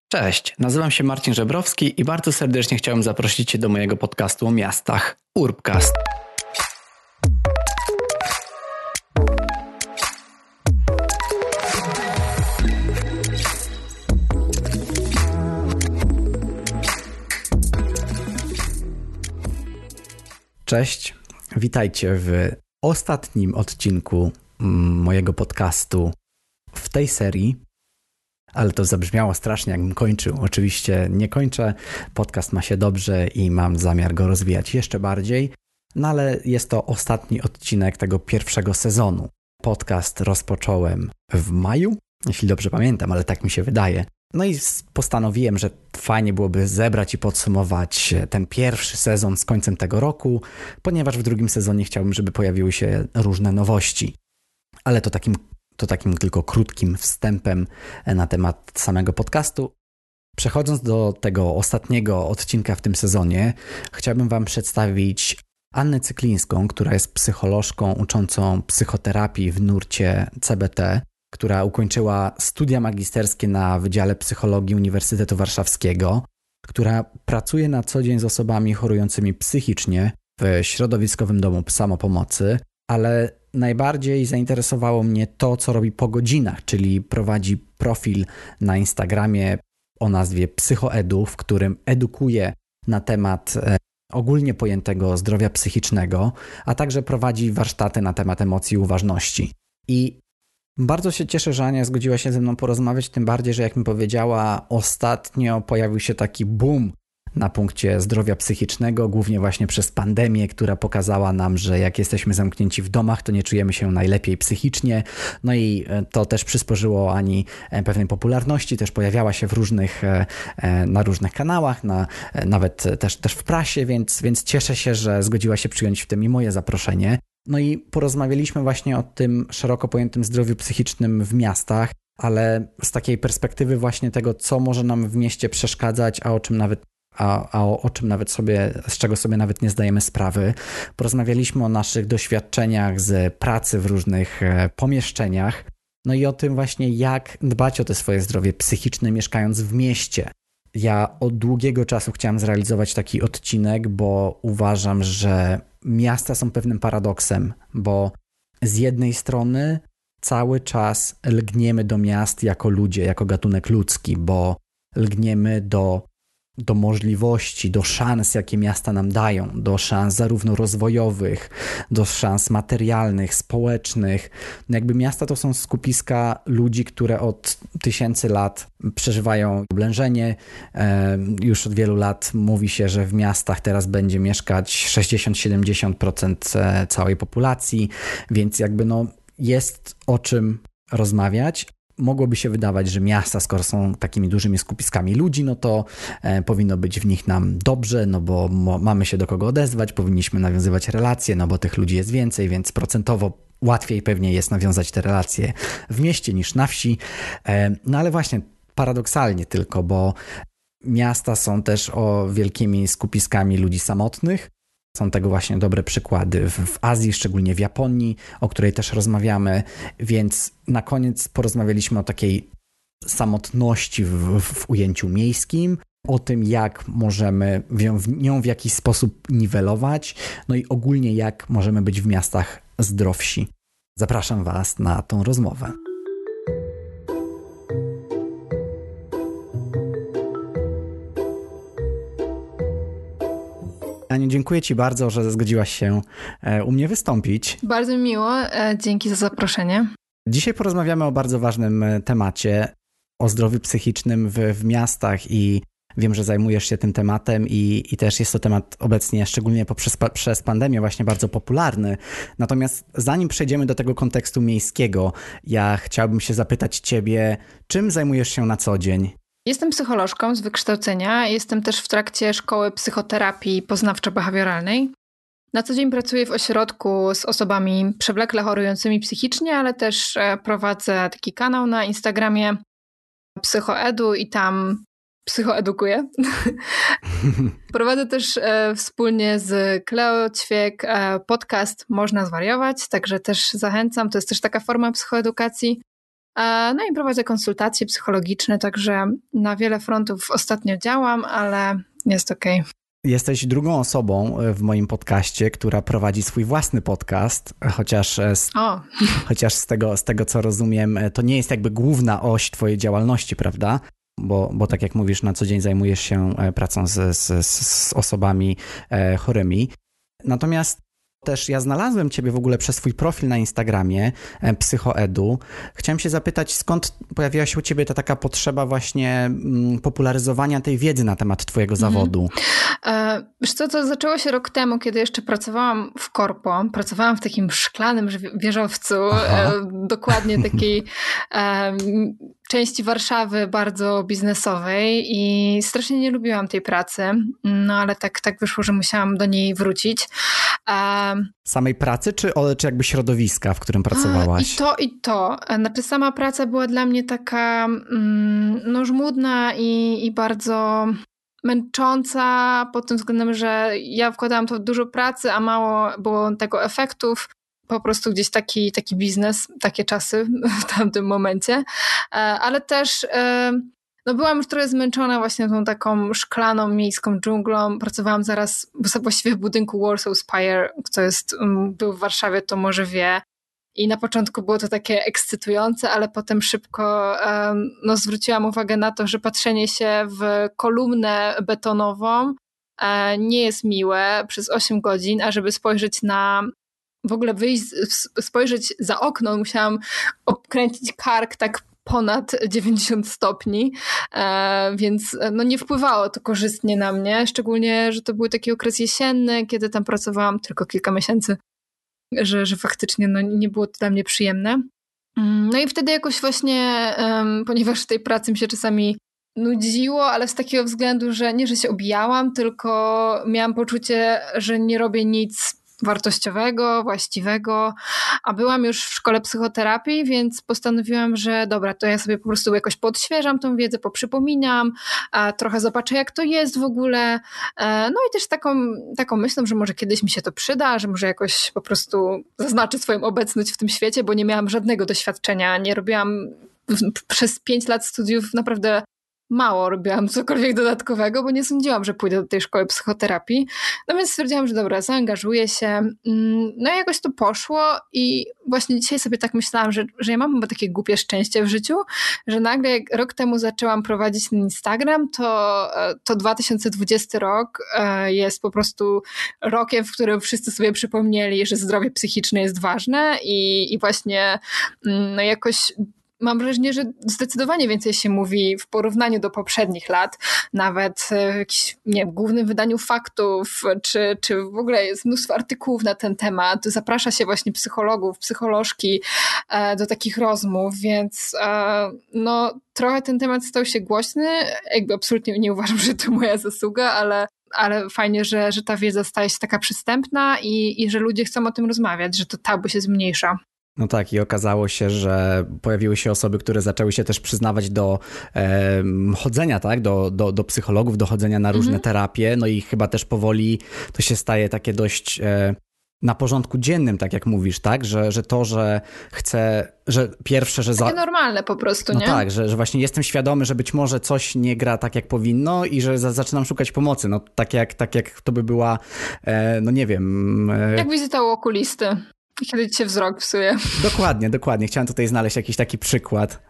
Cześć, nazywam się Marcin Żebrowski i bardzo serdecznie chciałem zaprosić Cię do mojego podcastu o miastach, Urbcast. Cześć, witajcie w ostatnim odcinku mojego podcastu w tej serii. Ale to zabrzmiało strasznie, jakbym kończył. Oczywiście nie kończę, podcast ma się dobrze i mam zamiar go rozwijać jeszcze bardziej, no ale jest to ostatni odcinek tego pierwszego sezonu. Podcast rozpocząłem w maju, jeśli dobrze pamiętam, ale tak mi się wydaje. No i postanowiłem, że fajnie byłoby zebrać i podsumować ten pierwszy sezon z końcem tego roku, ponieważ w drugim sezonie chciałbym, żeby pojawiły się różne nowości. Ale to takim tylko krótkim wstępem na temat samego podcastu. Przechodząc do tego ostatniego odcinka w tym sezonie, chciałbym Wam przedstawić Annę Cyklińską, która jest psycholożką uczącą psychoterapii w nurcie CBT, która ukończyła studia magisterskie na Wydziale Psychologii Uniwersytetu Warszawskiego, która pracuje na co dzień z osobami chorującymi psychicznie w środowiskowym domu samopomocy, ale najbardziej zainteresowało mnie to, co robi po godzinach, czyli prowadzi profil na Instagramie o nazwie Psychoedu, w którym edukuje na temat ogólnie pojętego zdrowia psychicznego, a także prowadzi warsztaty na temat emocji i uważności. I bardzo się cieszę, że Ania zgodziła się ze mną porozmawiać, tym bardziej, że jak mi powiedziała, ostatnio pojawił się taki boom na punkcie zdrowia psychicznego, głównie właśnie przez pandemię, która pokazała nam, że jak jesteśmy zamknięci w domach, to nie czujemy się najlepiej psychicznie. No i to też przysporzyło Ani pewnej popularności, też pojawiała się na różnych kanałach, nawet też w prasie, więc cieszę się, że zgodziła się przyjąć w tym i moje zaproszenie. No i porozmawialiśmy właśnie o tym szeroko pojętym zdrowiu psychicznym w miastach, ale z takiej perspektywy właśnie tego, co może nam w mieście przeszkadzać, z czego sobie nawet nie zdajemy sprawy. Porozmawialiśmy o naszych doświadczeniach z pracy w różnych pomieszczeniach, no i o tym właśnie, jak dbać o to swoje zdrowie psychiczne mieszkając w mieście. Ja od długiego czasu chciałem zrealizować taki odcinek, bo uważam, że miasta są pewnym paradoksem, bo z jednej strony cały czas lgniemy do miast jako ludzie, jako gatunek ludzki, bo lgniemy do możliwości, do szans, jakie miasta nam dają, do szans zarówno rozwojowych, do szans materialnych, społecznych. Jakby miasta to są skupiska ludzi, które od tysięcy lat przeżywają oblężenie. Już od wielu lat mówi się, że w miastach teraz będzie mieszkać 60-70% całej populacji, więc jakby jest o czym rozmawiać. Mogłoby się wydawać, że miasta, skoro są takimi dużymi skupiskami ludzi, no to powinno być w nich nam dobrze, no bo mamy się do kogo odezwać, powinniśmy nawiązywać relacje, no bo tych ludzi jest więcej, więc procentowo łatwiej pewnie jest nawiązać te relacje w mieście niż na wsi. No ale właśnie paradoksalnie tylko, bo miasta są też wielkimi skupiskami ludzi samotnych. Są tego właśnie dobre przykłady w Azji, szczególnie w Japonii, o której też rozmawiamy, więc na koniec porozmawialiśmy o takiej samotności w ujęciu miejskim, o tym, jak możemy ją w jakiś sposób niwelować, no i ogólnie jak możemy być w miastach zdrowsi. Zapraszam Was na tą rozmowę. Aniu, dziękuję Ci bardzo, że zgodziłaś się u mnie wystąpić. Bardzo mi miło, dzięki za zaproszenie. Dzisiaj porozmawiamy o bardzo ważnym temacie, o zdrowiu psychicznym w miastach i wiem, że zajmujesz się tym tematem i też jest to temat obecnie, szczególnie przez pandemię, właśnie bardzo popularny. Natomiast zanim przejdziemy do tego kontekstu miejskiego, ja chciałbym się zapytać Ciebie, czym zajmujesz się na co dzień? Jestem psycholożką z wykształcenia, jestem też w trakcie szkoły psychoterapii poznawczo-behawioralnej. Na co dzień pracuję w ośrodku z osobami przewlekle chorującymi psychicznie, ale też prowadzę taki kanał na Instagramie Psychoedu i tam psychoedukuję. Prowadzę też wspólnie z Kleo Ćwiek podcast Można zwariować, także też zachęcam. To jest też taka forma psychoedukacji. No i prowadzę konsultacje psychologiczne, także na wiele frontów ostatnio działam, ale jest okej. Jesteś drugą osobą w moim podcaście, która prowadzi swój własny podcast, chociaż z tego co rozumiem, to nie jest jakby główna oś twojej działalności, prawda? Bo tak jak mówisz, na co dzień zajmujesz się pracą z osobami chorymi. Natomiast też ja znalazłem ciebie w ogóle przez swój profil na Instagramie, Psychoedu. Chciałem się zapytać, skąd pojawiła się u ciebie ta taka potrzeba właśnie popularyzowania tej wiedzy na temat twojego zawodu? Wiesz co, to zaczęło się rok temu, kiedy jeszcze pracowałam w korpo. Pracowałam w takim szklanym wieżowcu, dokładnie takiej części Warszawy bardzo biznesowej i strasznie nie lubiłam tej pracy, no ale tak wyszło, że musiałam do niej wrócić. Samej pracy, czy jakby środowiska, w którym pracowałaś? I to. Znaczy sama praca była dla mnie taka żmudna i bardzo męcząca pod tym względem, że ja wkładałam to w dużo pracy, a mało było tego efektów. Po prostu gdzieś taki biznes, takie czasy w tamtym momencie. Ale też byłam już trochę zmęczona właśnie tą taką szklaną miejską dżunglą. Pracowałam zaraz właściwie w budynku Warsaw Spire, kto był w Warszawie, to może wie. I na początku było to takie ekscytujące, ale potem szybko zwróciłam uwagę na to, że patrzenie się w kolumnę betonową nie jest miłe przez 8 godzin, a żeby spojrzeć w ogóle spojrzeć za okno, musiałam obkręcić kark tak ponad 90 stopni, więc nie wpływało to korzystnie na mnie, szczególnie, że to był taki okres jesienny, kiedy tam pracowałam tylko kilka miesięcy, że faktycznie nie było to dla mnie przyjemne. No i wtedy jakoś właśnie, ponieważ w tej pracy mi się czasami nudziło, ale z takiego względu, że nie, że się obijałam, tylko miałam poczucie, że nie robię nic wartościowego, właściwego, a byłam już w szkole psychoterapii, więc postanowiłam, że dobra, to ja sobie po prostu jakoś podświeżam tą wiedzę, poprzypominam, trochę zobaczę, jak to jest w ogóle. No i też taką myślą, że może kiedyś mi się to przyda, że może jakoś po prostu zaznaczę swoją obecność w tym świecie, bo nie miałam żadnego doświadczenia, nie robiłam przez 5 lat studiów naprawdę mało robiłam cokolwiek dodatkowego, bo nie sądziłam, że pójdę do tej szkoły psychoterapii. No więc stwierdziłam, że dobra, zaangażuję się. No i jakoś to poszło i właśnie dzisiaj sobie tak myślałam, że ja mam chyba takie głupie szczęście w życiu, że nagle jak rok temu zaczęłam prowadzić ten Instagram, to 2020 rok jest po prostu rokiem, w którym wszyscy sobie przypomnieli, że zdrowie psychiczne jest ważne i właśnie jakoś mam wrażenie, że zdecydowanie więcej się mówi w porównaniu do poprzednich lat, nawet w jakimś, głównym wydaniu faktów, czy w ogóle jest mnóstwo artykułów na ten temat. Zaprasza się właśnie psychologów, psycholożki do takich rozmów, więc trochę ten temat stał się głośny. Jakby absolutnie nie uważam, że to moja zasługa, ale fajnie, że ta wiedza staje się taka przystępna i że ludzie chcą o tym rozmawiać, że to tabu się zmniejsza. No tak, i okazało się, że pojawiły się osoby, które zaczęły się też przyznawać do chodzenia, tak, do psychologów, do chodzenia na różne terapie, no i chyba też powoli to się staje takie dość na porządku dziennym, tak jak mówisz, tak, że to, że chcę, że pierwsze, że... Takie normalne po prostu, no nie? Tak, że właśnie jestem świadomy, że być może coś nie gra tak, jak powinno i że zaczynam szukać pomocy, no tak jak to by była, nie wiem... Jak wizyta u okulisty. Kiedy ci się wzrok psuje. Dokładnie. Chciałem tutaj znaleźć jakiś taki przykład.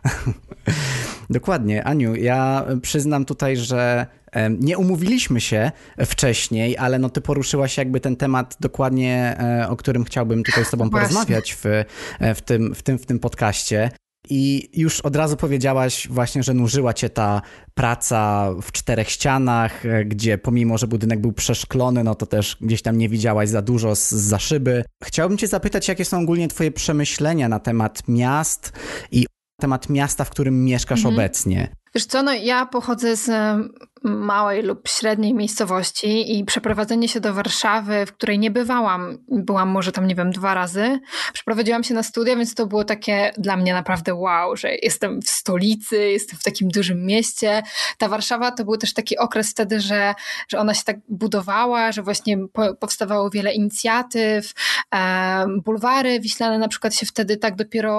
Dokładnie. Aniu, ja przyznam tutaj, że nie umówiliśmy się wcześniej, ale ty poruszyłaś jakby ten temat dokładnie, o którym chciałbym tutaj z tobą porozmawiać w tym podcaście. I już od razu powiedziałaś właśnie, że nużyła cię ta praca w 4 ścianach, gdzie pomimo, że budynek był przeszklony, to też gdzieś tam nie widziałaś za dużo za szyby. Chciałbym cię zapytać, jakie są ogólnie twoje przemyślenia na temat miast i temat miasta, w którym mieszkasz obecnie. Wiesz co, ja pochodzę z małej lub średniej miejscowości i przeprowadzenie się do Warszawy, w której nie byłam może tam, 2 razy. Przeprowadziłam się na studia, więc to było takie dla mnie naprawdę wow, że jestem w stolicy, jestem w takim dużym mieście. Ta Warszawa to był też taki okres wtedy, że ona się tak budowała, że właśnie powstawało wiele inicjatyw, bulwary wiślane na przykład się wtedy tak dopiero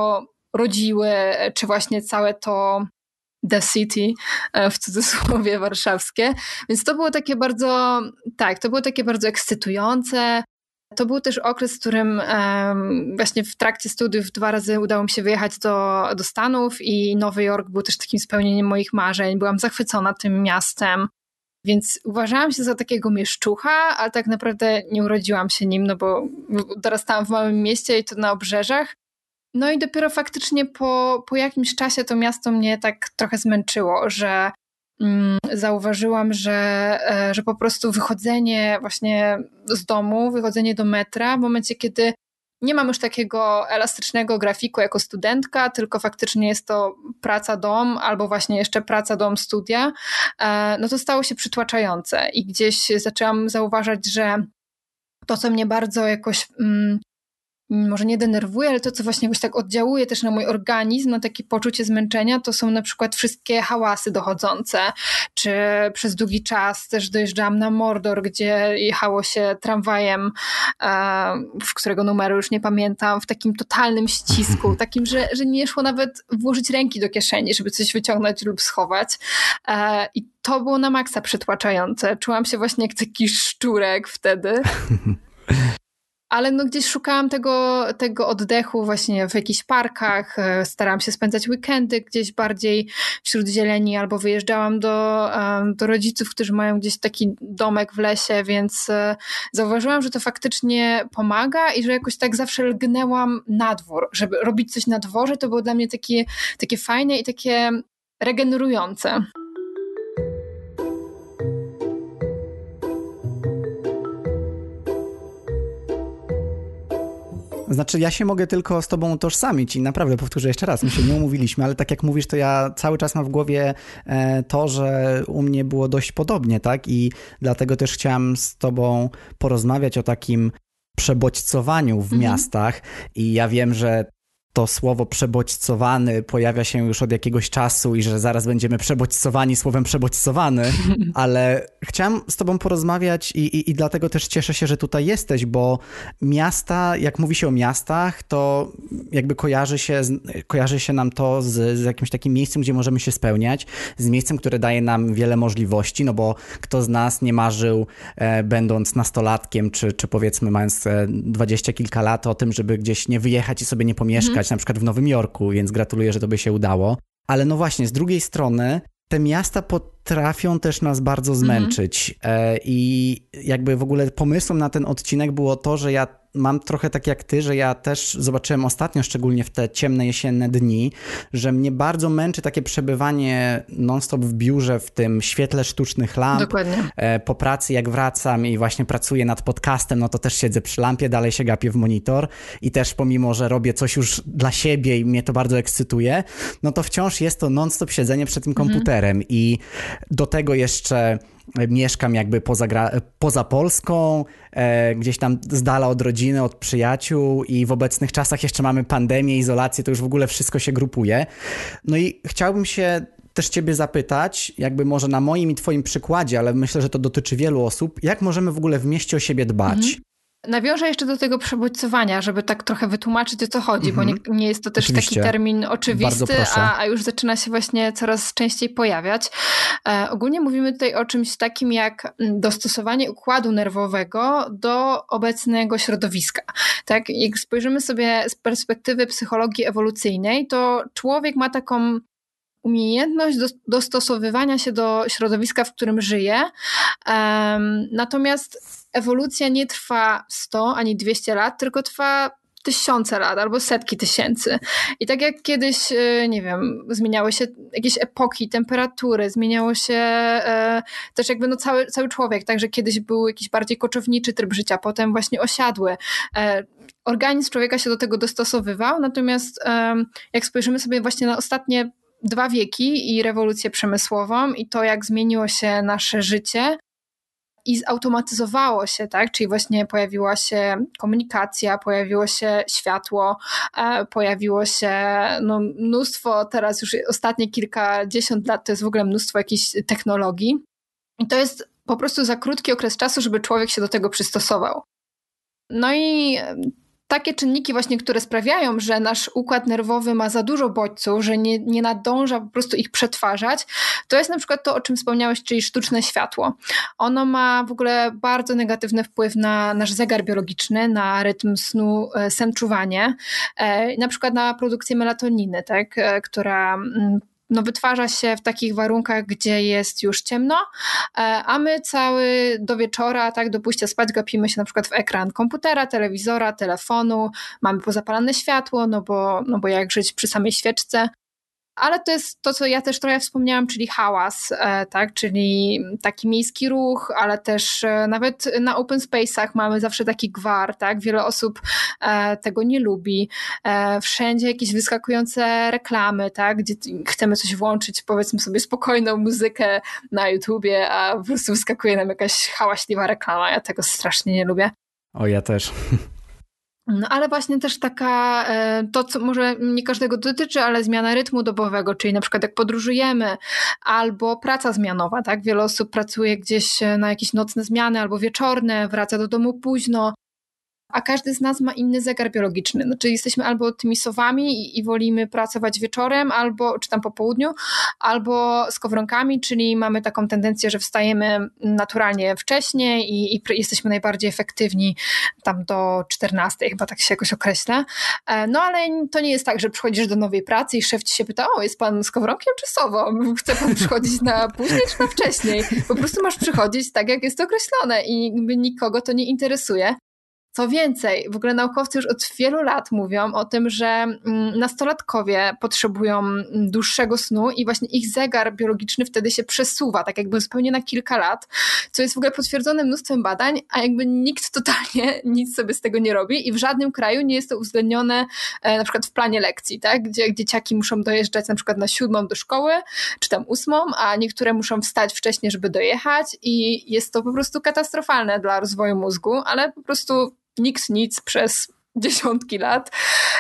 rodziły, czy właśnie całe to The City, w cudzysłowie warszawskie. Więc to było takie bardzo, to było takie bardzo ekscytujące. To był też okres, w którym właśnie w trakcie studiów 2 razy udało mi się wyjechać do Stanów i Nowy Jork był też takim spełnieniem moich marzeń. Byłam zachwycona tym miastem, więc uważałam się za takiego mieszczucha, ale tak naprawdę nie urodziłam się nim, no bo dorastałam w małym mieście i to na obrzeżach. No i dopiero faktycznie po jakimś czasie to miasto mnie tak trochę zmęczyło, że zauważyłam, że po prostu wychodzenie właśnie z domu, wychodzenie do metra w momencie, kiedy nie mam już takiego elastycznego grafiku jako studentka, tylko faktycznie jest to praca-dom albo właśnie jeszcze praca-dom-studia, no to stało się przytłaczające i gdzieś zaczęłam zauważać, że to, co mnie bardzo jakoś może nie denerwuje, ale to, co właśnie jakoś tak oddziałuje też na mój organizm, na takie poczucie zmęczenia, to są na przykład wszystkie hałasy dochodzące, czy przez długi czas też dojeżdżałam na Mordor, gdzie jechało się tramwajem, w którego numeru już nie pamiętam, w takim totalnym ścisku, takim, że nie szło nawet włożyć ręki do kieszeni, żeby coś wyciągnąć lub schować. I to było na maksa przytłaczające. Czułam się właśnie jak taki szczurek wtedy. Ale no gdzieś szukałam tego oddechu właśnie w jakichś parkach, starałam się spędzać weekendy gdzieś bardziej wśród zieleni, albo wyjeżdżałam do rodziców, którzy mają gdzieś taki domek w lesie, więc zauważyłam, że to faktycznie pomaga i że jakoś tak zawsze lgnęłam na dwór, żeby robić coś na dworze, to było dla mnie takie fajne i takie regenerujące. Znaczy, ja się mogę tylko z tobą utożsamić i naprawdę powtórzę jeszcze raz, my się nie umówiliśmy, ale tak jak mówisz, to ja cały czas mam w głowie to, że u mnie było dość podobnie, tak? I dlatego też chciałam z tobą porozmawiać o takim przebodźcowaniu w miastach i ja wiem, że to słowo przebodźcowany pojawia się już od jakiegoś czasu i że zaraz będziemy przebodźcowani słowem przebodźcowany, ale chciałem z tobą porozmawiać i dlatego też cieszę się, że tutaj jesteś, bo miasta, jak mówi się o miastach, to jakby kojarzy się nam to z jakimś takim miejscem, gdzie możemy się spełniać, z miejscem, które daje nam wiele możliwości, no bo kto z nas nie marzył, będąc nastolatkiem, czy powiedzmy mając 20 kilka lat, o tym, żeby gdzieś nie wyjechać i sobie nie pomieszkać, na przykład w Nowym Jorku, więc gratuluję, że to by się udało. Ale no właśnie, z drugiej strony te miasta potrafią też nas bardzo zmęczyć. I jakby w ogóle pomysłem na ten odcinek było to, że ja mam trochę tak jak ty, że ja też zobaczyłem ostatnio, szczególnie w te ciemne jesienne dni, że mnie bardzo męczy takie przebywanie non-stop w biurze, w tym świetle sztucznych lamp. Dokładnie. Po pracy jak wracam i właśnie pracuję nad podcastem, no to też siedzę przy lampie, dalej się gapię w monitor i też pomimo, że robię coś już dla siebie i mnie to bardzo ekscytuje, no to wciąż jest to non-stop siedzenie przed tym komputerem i do tego jeszcze mieszkam jakby poza Polską, gdzieś tam z dala od rodziny, od przyjaciół i w obecnych czasach jeszcze mamy pandemię, izolację, to już w ogóle wszystko się grupuje. No i chciałbym się też ciebie zapytać, jakby może na moim i twoim przykładzie, ale myślę, że to dotyczy wielu osób, jak możemy w ogóle w mieście o siebie dbać? Nawiążę jeszcze do tego przebodźcowania, żeby tak trochę wytłumaczyć, o co chodzi, bo nie jest to też Oczywiście. taki termin oczywisty, a już zaczyna się właśnie coraz częściej pojawiać. Ogólnie mówimy tutaj o czymś takim jak dostosowanie układu nerwowego do obecnego środowiska. Tak? Jak spojrzymy sobie z perspektywy psychologii ewolucyjnej, to człowiek ma taką umiejętność dostosowywania się do środowiska, w którym żyje. Natomiast ewolucja nie trwa 100 ani 200 lat, tylko trwa tysiące lat albo setki tysięcy. I tak jak kiedyś, nie wiem, zmieniały się jakieś epoki, temperatury, zmieniało się też jakby no cały człowiek, także kiedyś był jakiś bardziej koczowniczy tryb życia, potem właśnie osiadły. Organizm człowieka się do tego dostosowywał, natomiast jak spojrzymy sobie właśnie na ostatnie 2 wieki i rewolucję przemysłową i to, jak zmieniło się nasze życie i zautomatyzowało się, tak? Czyli właśnie pojawiła się komunikacja, pojawiło się światło, pojawiło się mnóstwo, teraz już ostatnie kilkadziesiąt lat to jest w ogóle mnóstwo jakichś technologii i to jest po prostu za krótki okres czasu, żeby człowiek się do tego przystosował. No i takie czynniki właśnie, które sprawiają, że nasz układ nerwowy ma za dużo bodźców, że nie nadąża po prostu ich przetwarzać, to jest na przykład to, o czym wspomniałeś, czyli sztuczne światło. Ono ma w ogóle bardzo negatywny wpływ na nasz zegar biologiczny, na rytm snu, sen, czuwanie, na przykład na produkcję melatoniny, tak, która wytwarza się w takich warunkach, gdzie jest już ciemno, a my do wieczora, tak, do pójścia spać gapimy się na przykład w ekran komputera, telewizora, telefonu, mamy pozapalane światło, no bo jak żyć przy samej świeczce. Ale to jest to, co ja też trochę wspomniałam, czyli hałas, tak, czyli taki miejski ruch, ale też nawet na open space'ach mamy zawsze taki gwar, tak, wiele osób tego nie lubi. Wszędzie jakieś wyskakujące reklamy, tak, gdzie chcemy coś włączyć, powiedzmy sobie spokojną muzykę na YouTubie, a po prostu wyskakuje nam jakaś hałaśliwa reklama. Ja tego strasznie nie lubię. O, ja też. No ale właśnie też taka, to co może nie każdego dotyczy, ale zmiana rytmu dobowego, czyli na przykład jak podróżujemy, albo praca zmianowa, tak? Wiele osób pracuje gdzieś na jakieś nocne zmiany albo wieczorne, wraca do domu późno, a każdy z nas ma inny zegar biologiczny. No, czyli jesteśmy albo tymi sowami i wolimy pracować wieczorem, albo czy tam po południu, albo skowronkami, czyli mamy taką tendencję, że wstajemy naturalnie wcześniej i jesteśmy najbardziej efektywni tam do 14, chyba tak się jakoś określa. No ale to nie jest tak, że przychodzisz do nowej pracy i szef ci się pyta, jest pan skowronkiem czy sową? Chce pan przychodzić na później czy na wcześniej? Po prostu masz przychodzić tak, jak jest to określone i nikogo to nie interesuje. Co więcej, w ogóle naukowcy już od wielu lat mówią o tym, że nastolatkowie potrzebują dłuższego snu i właśnie ich zegar biologiczny wtedy się przesuwa, tak jakby zupełnie na kilka lat, co jest w ogóle potwierdzone mnóstwem badań, a jakby nikt totalnie nic sobie z tego nie robi i w żadnym kraju nie jest to uwzględnione na przykład w planie lekcji, tak? Gdzie dzieciaki muszą dojeżdżać na przykład na 7 do szkoły, czy tam 8, a niektóre muszą wstać wcześniej, żeby dojechać i jest to po prostu katastrofalne dla rozwoju mózgu, ale po prostu nikt nic przez dziesiątki lat.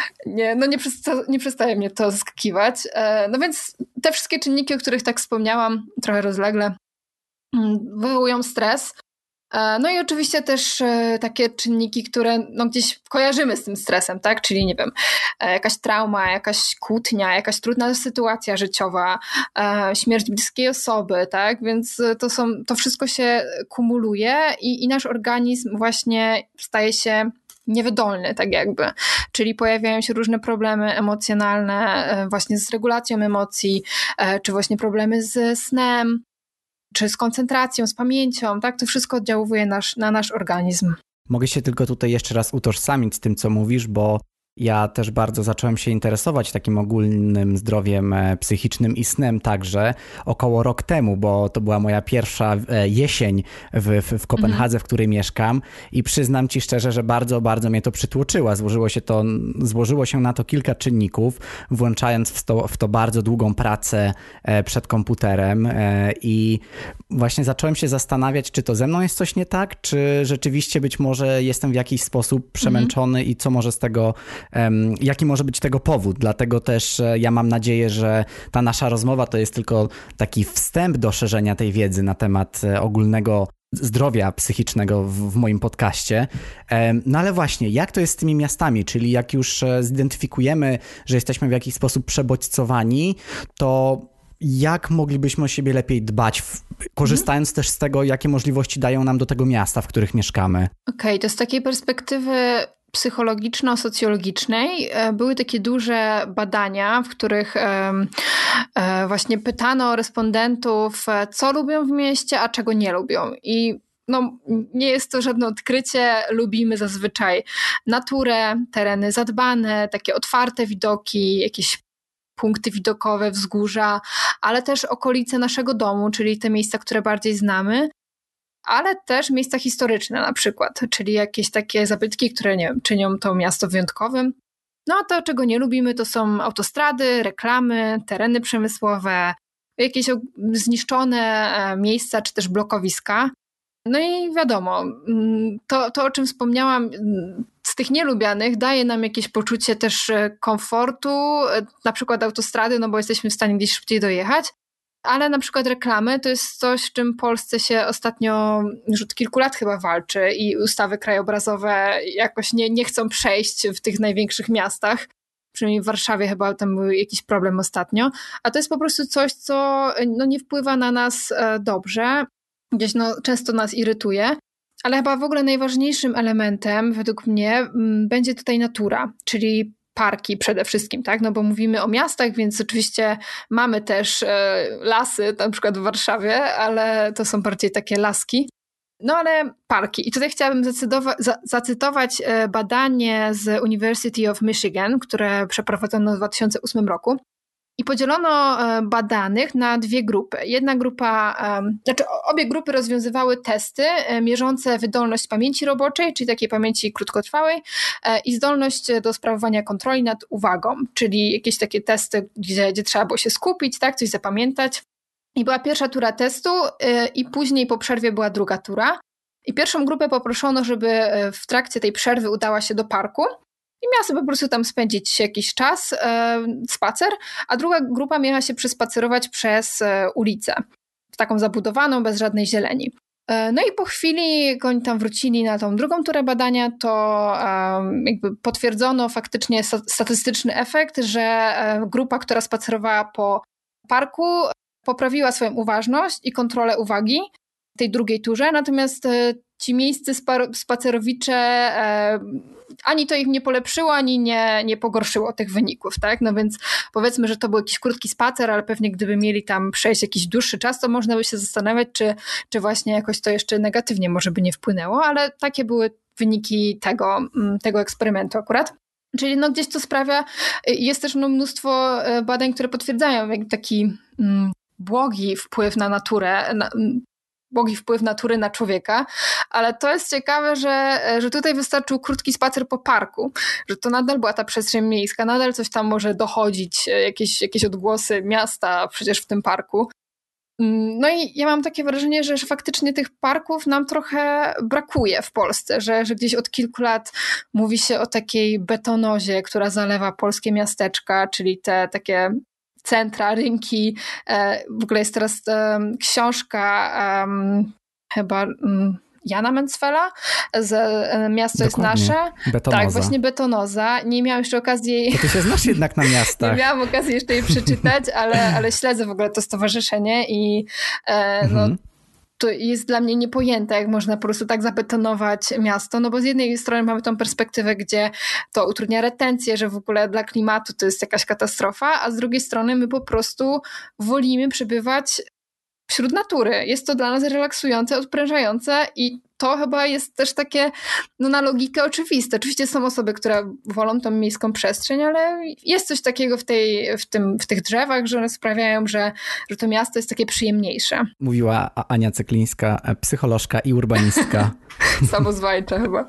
Nie przestaje mnie to zaskakiwać. No więc te wszystkie czynniki, o których tak wspomniałam, trochę rozlegle, wywołują stres. No i oczywiście też takie czynniki, które gdzieś kojarzymy z tym stresem, tak? Czyli nie wiem, jakaś trauma, jakaś kłótnia, jakaś trudna sytuacja życiowa, śmierć bliskiej osoby, tak? Więc to wszystko się kumuluje i nasz organizm właśnie staje się niewydolny, tak jakby. Czyli pojawiają się różne problemy emocjonalne właśnie z regulacją emocji, czy właśnie problemy z snem, czy z koncentracją, z pamięcią, tak? To wszystko oddziałuje na nasz organizm. Mogę się tylko tutaj jeszcze raz utożsamić z tym, co mówisz, bo ja też bardzo zacząłem się interesować takim ogólnym zdrowiem psychicznym i snem także około rok temu, bo to była moja pierwsza jesień w Kopenhadze, w której mieszkam i przyznam ci szczerze, że bardzo, bardzo mnie to przytłoczyło. Złożyło się na to kilka czynników, włączając w to bardzo długą pracę przed komputerem i właśnie zacząłem się zastanawiać, czy to ze mną jest coś nie tak, czy rzeczywiście być może jestem w jakiś sposób przemęczony i co może z tego jaki może być tego powód. Dlatego też ja mam nadzieję, że ta nasza rozmowa to jest tylko taki wstęp do szerzenia tej wiedzy na temat ogólnego zdrowia psychicznego w moim podcaście. No ale właśnie, jak to jest z tymi miastami? Czyli jak już zidentyfikujemy, że jesteśmy w jakiś sposób przebodźcowani, to jak moglibyśmy o siebie lepiej dbać, korzystając też z tego, jakie możliwości dają nam do tego miasta, w których mieszkamy? Okej, to z takiej perspektywy psychologiczno-socjologicznej były takie duże badania, w których właśnie pytano respondentów, co lubią w mieście, a czego nie lubią. I nie jest to żadne odkrycie, lubimy zazwyczaj naturę, tereny zadbane, takie otwarte widoki, jakieś punkty widokowe, wzgórza, ale też okolice naszego domu, czyli te miejsca, które bardziej znamy, ale też miejsca historyczne na przykład, czyli jakieś takie zabytki, które nie wiem, czynią to miasto wyjątkowym. No a to, czego nie lubimy, to są autostrady, reklamy, tereny przemysłowe, jakieś zniszczone miejsca czy też blokowiska. No i wiadomo, to o czym wspomniałam, z tych nielubianych daje nam jakieś poczucie też komfortu, na przykład autostrady, no bo jesteśmy w stanie gdzieś szybciej dojechać, ale na przykład reklamy to jest coś, z czym Polsce się ostatnio już od kilku lat chyba walczy i ustawy krajobrazowe jakoś nie chcą przejść w tych największych miastach. Przynajmniej w Warszawie chyba tam był jakiś problem ostatnio. A to jest po prostu coś, co nie wpływa na nas dobrze. Gdzieś często nas irytuje. Ale chyba w ogóle najważniejszym elementem według mnie będzie tutaj natura, czyli parki przede wszystkim, tak? No bo mówimy o miastach, więc oczywiście mamy też lasy, na przykład w Warszawie, ale to są bardziej takie laski. No ale parki. I tutaj chciałabym zacytować badanie z University of Michigan, które przeprowadzono w 2008 roku. I podzielono badanych na dwie grupy. Obie grupy rozwiązywały testy mierzące wydolność pamięci roboczej, czyli takiej pamięci krótkotrwałej, i zdolność do sprawowania kontroli nad uwagą, czyli jakieś takie testy, gdzie trzeba było się skupić, tak, coś zapamiętać. I była pierwsza tura testu i później po przerwie była druga tura. I pierwszą grupę poproszono, żeby w trakcie tej przerwy udała się do parku i miała sobie po prostu tam spędzić jakiś czas, spacer, a druga grupa miała się przespacerować przez ulicę, taką zabudowaną, bez żadnej zieleni. No i po chwili, jak oni tam wrócili na tą drugą turę badania, to jakby potwierdzono faktycznie statystyczny efekt, że grupa, która spacerowała po parku, poprawiła swoją uważność i kontrolę uwagi w tej drugiej turze, natomiast ci miejscy spacerowicze ani to ich nie polepszyło, ani nie pogorszyło tych wyników, tak? No więc powiedzmy, że to był jakiś krótki spacer, ale pewnie gdyby mieli tam przejść jakiś dłuższy czas, to można by się zastanawiać, czy właśnie jakoś to jeszcze negatywnie może by nie wpłynęło, ale takie były wyniki tego eksperymentu akurat. Czyli gdzieś to sprawia, jest też mnóstwo badań, które potwierdzają taki błogi wpływ na naturę, błogi wpływ natury na człowieka, ale to jest ciekawe, że tutaj wystarczył krótki spacer po parku, że to nadal była ta przestrzeń miejska, nadal coś tam może dochodzić, jakieś odgłosy miasta przecież w tym parku. No i ja mam takie wrażenie, że faktycznie tych parków nam trochę brakuje w Polsce, że gdzieś od kilku lat mówi się o takiej betonozie, która zalewa polskie miasteczka, czyli te takie centra, rynki. W ogóle jest teraz książka chyba Jana Mencfela z Miasto Dokładnie. jest nasze. Betonoza. Tak, właśnie Betonoza. Nie miałam jeszcze okazji... To ty się znasz jednak na miastach. Nie miałam okazji jeszcze jej przeczytać, ale śledzę w ogóle to stowarzyszenie i to jest dla mnie niepojęte, jak można po prostu tak zabetonować miasto, no bo z jednej strony mamy tą perspektywę, gdzie to utrudnia retencję, że w ogóle dla klimatu to jest jakaś katastrofa, a z drugiej strony my po prostu wolimy przebywać wśród natury. Jest to dla nas relaksujące, odprężające i to chyba jest też takie na logikę oczywiste. Oczywiście są osoby, które wolą tą miejską przestrzeń, ale jest coś takiego w tych drzewach, że one sprawiają, że to miasto jest takie przyjemniejsze. Mówiła Ania Ceklińska, psycholożka i urbanistka. Samozwańcza chyba.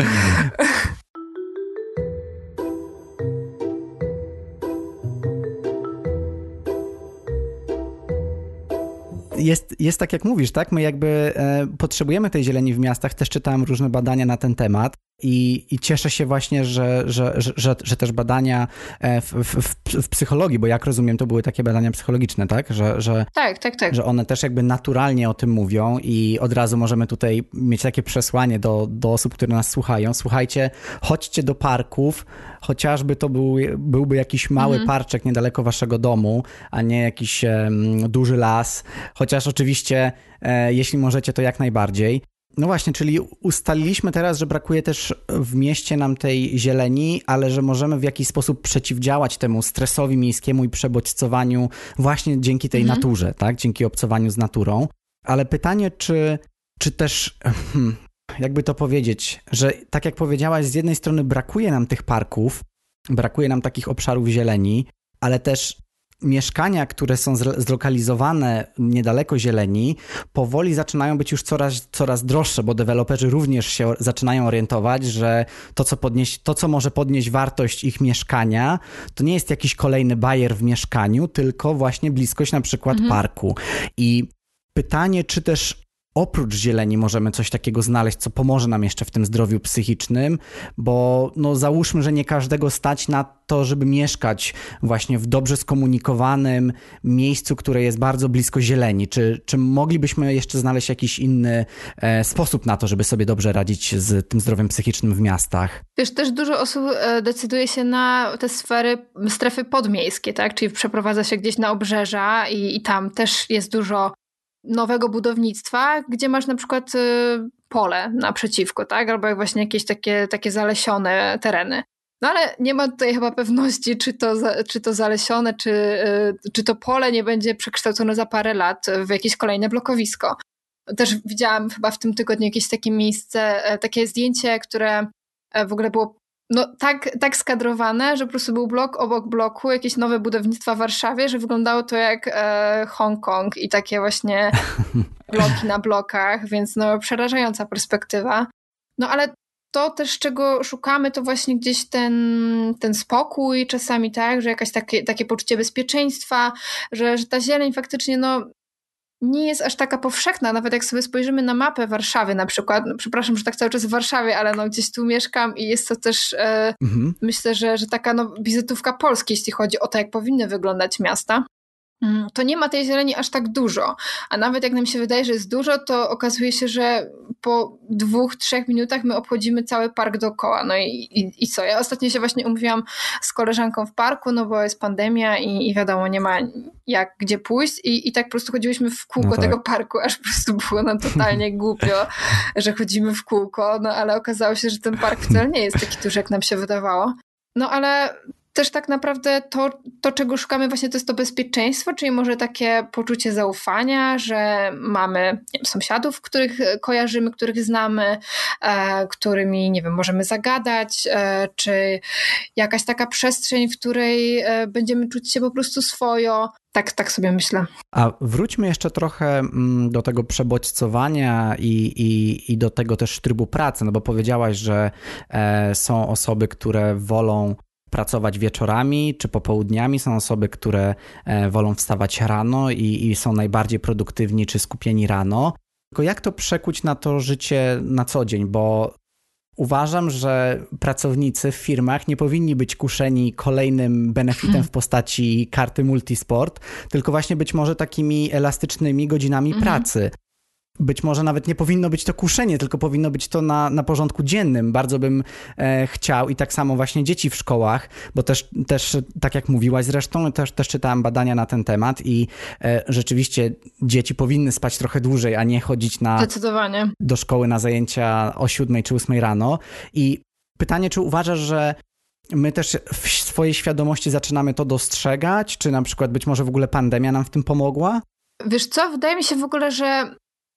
Jest tak, jak mówisz, tak? My jakby potrzebujemy tej zieleni w miastach. Też czytałem różne badania na ten temat i cieszę się właśnie, że też badania w psychologii, bo jak rozumiem, to były takie badania psychologiczne, tak? Tak. Że one też jakby naturalnie o tym mówią i od razu możemy tutaj mieć takie przesłanie do osób, które nas słuchają. Słuchajcie, chodźcie do parków, chociażby to byłby jakiś mały parczek niedaleko waszego domu, a nie jakiś duży las. Chociaż oczywiście, jeśli możecie, to jak najbardziej. No właśnie, czyli ustaliliśmy teraz, że brakuje też w mieście nam tej zieleni, ale że możemy w jakiś sposób przeciwdziałać temu stresowi miejskiemu i przebodźcowaniu właśnie dzięki tej naturze, tak? Dzięki obcowaniu z naturą. Ale pytanie, czy też, jakby to powiedzieć, że tak jak powiedziałaś, z jednej strony brakuje nam tych parków, brakuje nam takich obszarów zieleni, ale też mieszkania, które są zlokalizowane niedaleko zieleni, powoli zaczynają być już coraz droższe, bo deweloperzy również się zaczynają orientować, że to, co może podnieść wartość ich mieszkania, to nie jest jakiś kolejny bajer w mieszkaniu, tylko właśnie bliskość na przykład parku. I pytanie, czy też oprócz zieleni możemy coś takiego znaleźć, co pomoże nam jeszcze w tym zdrowiu psychicznym, bo no załóżmy, że nie każdego stać na to, żeby mieszkać właśnie w dobrze skomunikowanym miejscu, które jest bardzo blisko zieleni. Czy moglibyśmy jeszcze znaleźć jakiś inny sposób na to, żeby sobie dobrze radzić z tym zdrowiem psychicznym w miastach? Wiesz, też dużo osób decyduje się na te strefy podmiejskie, tak? Czyli przeprowadza się gdzieś na obrzeża i tam też jest dużo nowego budownictwa, gdzie masz na przykład pole naprzeciwko, tak? Albo jak właśnie jakieś takie zalesione tereny. No ale nie ma tutaj chyba pewności, czy to zalesione, czy to pole nie będzie przekształcone za parę lat w jakieś kolejne blokowisko. Też widziałam chyba w tym tygodniu jakieś takie miejsce, takie zdjęcie, które w ogóle było tak skadrowane, że po prostu był blok obok bloku, jakieś nowe budownictwa w Warszawie, że wyglądało to jak Hongkong i takie właśnie bloki na blokach, więc przerażająca perspektywa. No ale to też, czego szukamy, to właśnie gdzieś ten spokój czasami, tak, że jakaś takie poczucie bezpieczeństwa, że ta zieleń faktycznie nie jest aż taka powszechna, nawet jak sobie spojrzymy na mapę Warszawy na przykład, przepraszam, że tak cały czas w Warszawie, ale gdzieś tu mieszkam i jest to też myślę, że taka wizytówka Polski, jeśli chodzi o to, jak powinny wyglądać miasta. To nie ma tej zieleni aż tak dużo, a nawet jak nam się wydaje, że jest dużo, to okazuje się, że po 2-3 minutach my obchodzimy cały park dookoła. No i co? Ja ostatnio się właśnie umówiłam z koleżanką w parku, bo jest pandemia i wiadomo, nie ma gdzie pójść i tak po prostu chodziłyśmy w kółko tego parku, aż po prostu było nam totalnie głupio, że chodzimy w kółko, ale okazało się, że ten park wcale nie jest taki duży, jak nam się wydawało. No ale też tak naprawdę to, czego szukamy właśnie, to jest to bezpieczeństwo, czyli może takie poczucie zaufania, że mamy sąsiadów, których kojarzymy, których znamy, którymi, nie wiem, możemy zagadać, czy jakaś taka przestrzeń, w której będziemy czuć się po prostu swojo. Tak sobie myślę. A wróćmy jeszcze trochę do tego przebodźcowania i do tego też trybu pracy, bo powiedziałaś, że są osoby, które wolą pracować wieczorami czy popołudniami, są osoby, które wolą wstawać rano i są najbardziej produktywni czy skupieni rano. Tylko jak to przekuć na to życie na co dzień, bo uważam, że pracownicy w firmach nie powinni być kuszeni kolejnym benefitem w postaci karty multisport, tylko właśnie być może takimi elastycznymi godzinami pracy. Być może nawet nie powinno być to kuszenie, tylko powinno być to na porządku dziennym. Bardzo bym chciał i tak samo właśnie dzieci w szkołach, bo też tak jak mówiłaś zresztą, też czytałem badania na ten temat i rzeczywiście dzieci powinny spać trochę dłużej, a nie chodzić do szkoły na zajęcia o 7 czy 8 rano. I pytanie, czy uważasz, że my też w swojej świadomości zaczynamy to dostrzegać, czy na przykład być może w ogóle pandemia nam w tym pomogła? Wiesz co, wydaje mi się w ogóle, że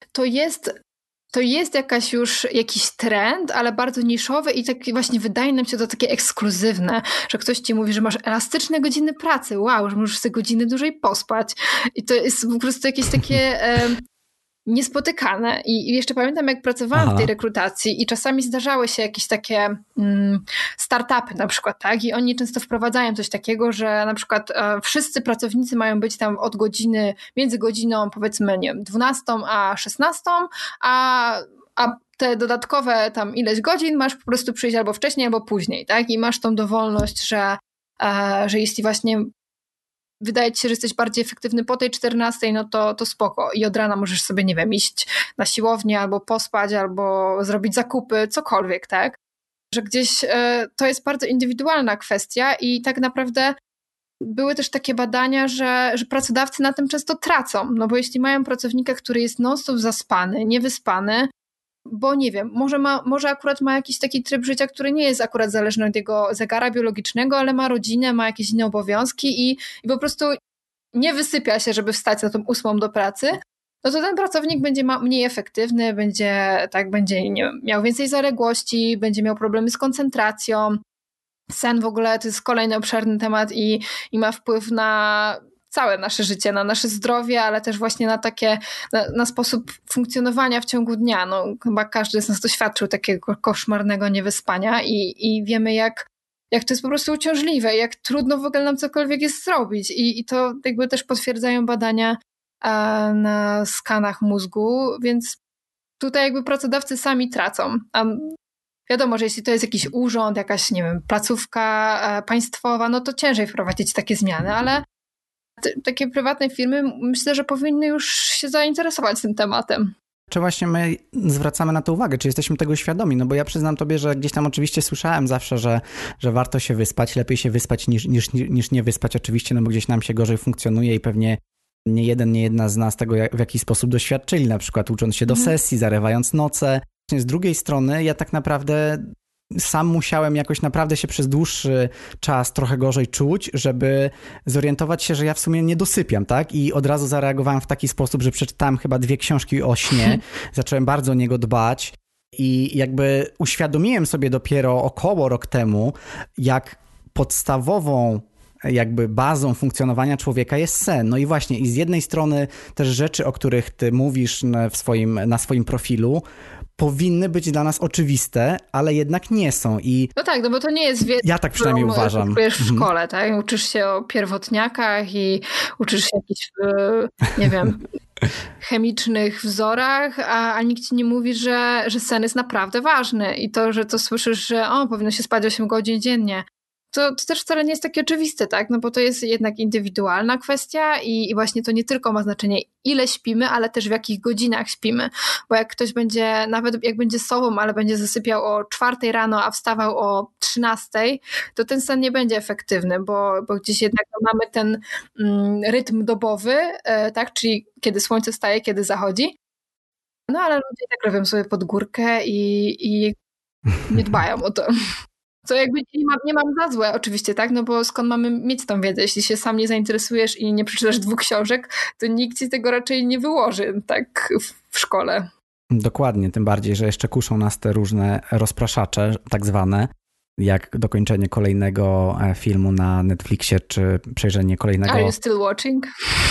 to jest jakiś trend, ale bardzo niszowy i tak właśnie wydaje nam się to takie ekskluzywne, że ktoś ci mówi, że masz elastyczne godziny pracy, wow, że możesz sobie godziny dłużej pospać i to jest po prostu jakieś takie niespotykane. I jeszcze pamiętam, jak pracowałam w tej rekrutacji i czasami zdarzały się jakieś takie startupy na przykład, tak? I oni często wprowadzają coś takiego, że na przykład wszyscy pracownicy mają być tam między godziną powiedzmy, nie wiem, 12 a 16, a te dodatkowe tam ileś godzin masz po prostu przyjść albo wcześniej, albo później, tak? I masz tą dowolność, że jeśli właśnie wydaje ci się, że jesteś bardziej efektywny po tej 14, no to spoko. I od rana możesz sobie, nie wiem, iść na siłownię, albo pospać, albo zrobić zakupy, cokolwiek, tak? Że gdzieś to jest bardzo indywidualna kwestia i tak naprawdę były też takie badania, że pracodawcy na tym często tracą, no bo jeśli mają pracownika, który jest non-stop zaspany, niewyspany, bo nie wiem, może akurat ma jakiś taki tryb życia, który nie jest akurat zależny od jego zegara biologicznego, ale ma rodzinę, ma jakieś inne obowiązki i po prostu nie wysypia się, żeby wstać na tą 8 do pracy, no to ten pracownik będzie mniej efektywny, będzie nie wiem, miał więcej zaległości, będzie miał problemy z koncentracją. Sen w ogóle to jest kolejny obszerny temat i ma wpływ na całe nasze życie, na nasze zdrowie, ale też właśnie na sposób funkcjonowania w ciągu dnia. No, chyba każdy z nas doświadczył takiego koszmarnego niewyspania i wiemy, jak to jest po prostu uciążliwe, jak trudno w ogóle nam cokolwiek jest zrobić. I to jakby też potwierdzają badania na skanach mózgu, więc tutaj jakby pracodawcy sami tracą. A wiadomo, że jeśli to jest jakiś urząd, jakaś, nie wiem, placówka państwowa, no to ciężej wprowadzić takie zmiany, ale takie prywatne firmy myślę, że powinny już się zainteresować tym tematem. Czy właśnie my zwracamy na to uwagę, czy jesteśmy tego świadomi? No bo ja przyznam tobie, że gdzieś tam oczywiście słyszałem zawsze, że warto się wyspać, lepiej się wyspać niż nie wyspać oczywiście, no bo gdzieś nam się gorzej funkcjonuje i pewnie nie jeden, nie jedna z nas tego w jakiś sposób doświadczyli, na przykład ucząc się do sesji, zarywając noce. Z drugiej strony ja tak naprawdę sam musiałem jakoś naprawdę się przez dłuższy czas trochę gorzej czuć, żeby zorientować się, że ja w sumie nie dosypiam, tak? I od razu zareagowałem w taki sposób, że przeczytałem chyba 2 książki o śnie, zacząłem bardzo o niego dbać i jakby uświadomiłem sobie dopiero około rok temu, jak podstawową jakby bazą funkcjonowania człowieka jest sen. No i właśnie, i z jednej strony też rzeczy, o których ty mówisz na swoim profilu, powinny być dla nas oczywiste, ale jednak nie są. No tak, no bo to nie jest wiedza, ja tak przynajmniej uważam. Uczysz w szkole, tak? Uczysz się o pierwotniakach i uczysz się jakichś, nie wiem, chemicznych wzorach, a nikt ci nie mówi, że sen jest naprawdę ważny i to, że to słyszysz, że powinno się spać 8 godzin dziennie. To też wcale nie jest takie oczywiste, tak? No bo to jest jednak indywidualna kwestia i właśnie to nie tylko ma znaczenie, ile śpimy, ale też w jakich godzinach śpimy. Bo jak ktoś będzie, nawet jak będzie sobą, ale będzie zasypiał o 4 rano, a wstawał o 13, to ten sen nie będzie efektywny, bo gdzieś jednak mamy ten rytm dobowy, tak? Czyli kiedy słońce wstaje, kiedy zachodzi. No ale ludzie tak robią sobie pod górkę i nie dbają o to. Co jakby nie mam za złe oczywiście, tak? No bo skąd mamy mieć tą wiedzę? Jeśli się sam nie zainteresujesz i nie przeczytasz 2 książek, to nikt ci tego raczej nie wyłoży tak w szkole. Dokładnie, tym bardziej, że jeszcze kuszą nas te różne rozpraszacze, tak zwane, jak dokończenie kolejnego filmu na Netflixie, czy przejrzenie kolejnego... Are you still watching?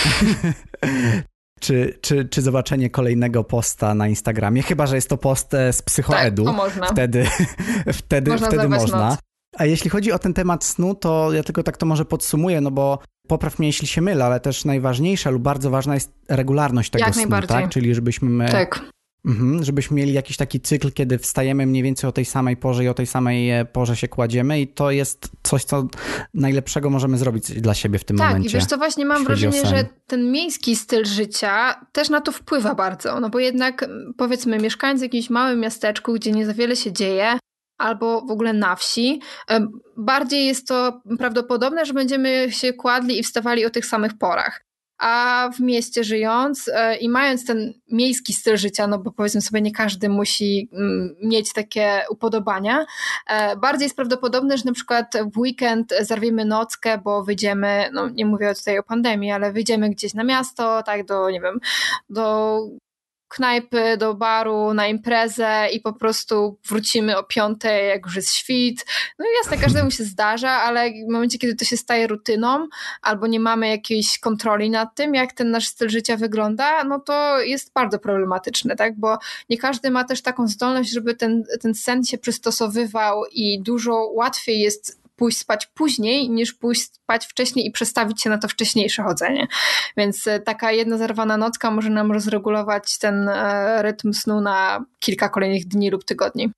Czy zobaczenie kolejnego posta na Instagramie, chyba że jest to post z Psychoedu. Tak, to można. Wtedy można. Noc. A jeśli chodzi o ten temat snu, to ja tylko tak to może podsumuję, no bo popraw mnie, jeśli się mylę, ale też najważniejsza lub bardzo ważna jest regularność tego snu, tak? Czyli żebyśmy mieli jakiś taki cykl, kiedy wstajemy mniej więcej o tej samej porze i o tej samej porze się kładziemy i to jest coś, co najlepszego możemy zrobić dla siebie w tym momencie. Tak, i wiesz co, właśnie mam wrażenie, że ten miejski styl życia też na to wpływa bardzo, no bo jednak powiedzmy mieszkając w jakimś małym miasteczku, gdzie nie za wiele się dzieje, albo w ogóle na wsi, bardziej jest to prawdopodobne, że będziemy się kładli i wstawali o tych samych porach. A w mieście żyjąc i mając ten miejski styl życia, no bo powiedzmy sobie nie każdy musi mieć takie upodobania, bardziej jest prawdopodobne, że na przykład w weekend zarwiemy nockę, bo wyjdziemy, no nie mówię tutaj o pandemii, ale wyjdziemy gdzieś na miasto, tak do, nie wiem, do knajpy, do baru, na imprezę i po prostu wrócimy o 5, jak już jest świt. No i jasne, każdemu się zdarza, ale w momencie, kiedy to się staje rutyną albo nie mamy jakiejś kontroli nad tym, jak ten nasz styl życia wygląda, no to jest bardzo problematyczne, tak? Bo nie każdy ma też taką zdolność, żeby ten sen się przystosowywał i dużo łatwiej jest pójść spać później, niż pójść spać wcześniej i przestawić się na to wcześniejsze chodzenie. Więc taka jedna zerwana nocka może nam rozregulować ten rytm snu na kilka kolejnych dni lub tygodni.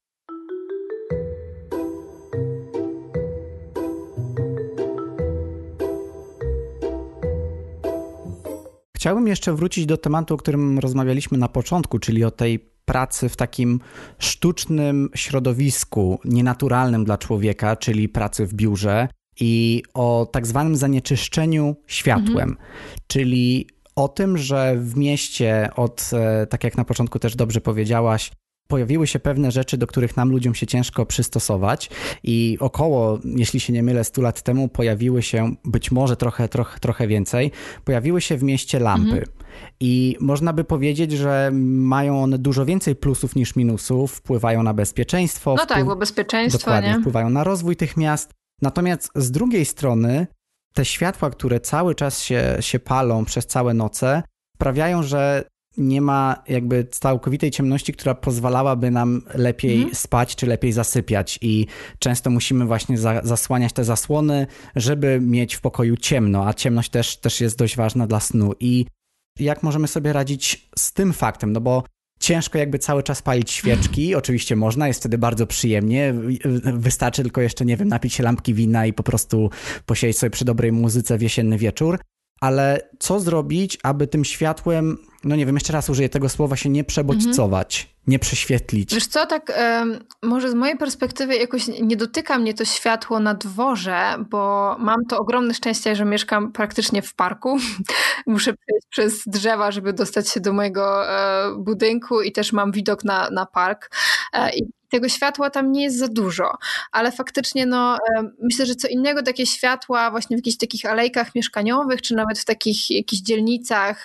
Chciałbym jeszcze wrócić do tematu, o którym rozmawialiśmy na początku, czyli o tej pracy w takim sztucznym środowisku, nienaturalnym dla człowieka, czyli pracy w biurze i o tak zwanym zanieczyszczeniu światłem, czyli o tym, że w mieście tak jak na początku też dobrze powiedziałaś, pojawiły się pewne rzeczy, do których nam ludziom się ciężko przystosować i około, jeśli się nie mylę, 100 lat temu pojawiły się, być może trochę więcej, pojawiły się w mieście lampy. I można by powiedzieć, że mają one dużo więcej plusów niż minusów, wpływają na bezpieczeństwo. No tak, bo bezpieczeństwo, dokładnie, nie? Wpływają na rozwój tych miast. Natomiast z drugiej strony te światła, które cały czas się palą przez całe noce, sprawiają, że nie ma jakby całkowitej ciemności, która pozwalałaby nam lepiej spać czy lepiej zasypiać i często musimy właśnie zasłaniać te zasłony, żeby mieć w pokoju ciemno, a ciemność też jest dość ważna dla snu. I jak możemy sobie radzić z tym faktem? No bo ciężko jakby cały czas palić świeczki. Oczywiście można, jest wtedy bardzo przyjemnie. Wystarczy tylko jeszcze, nie wiem, napić się lampki wina i po prostu posiedzieć sobie przy dobrej muzyce w jesienny wieczór. Ale co zrobić, aby tym światłem, no nie wiem, jeszcze raz użyję tego słowa, się nie przebodźcować, nie prześwietlić? Wiesz co, tak może z mojej perspektywy jakoś nie dotyka mnie to światło na dworze, bo mam to ogromne szczęście, że mieszkam praktycznie w parku. Muszę przejść przez drzewa, żeby dostać się do mojego budynku i też mam widok na park. I tego światła tam nie jest za dużo, ale faktycznie myślę, że co innego takie światła właśnie w jakichś takich alejkach mieszkaniowych, czy nawet w takich jakichś dzielnicach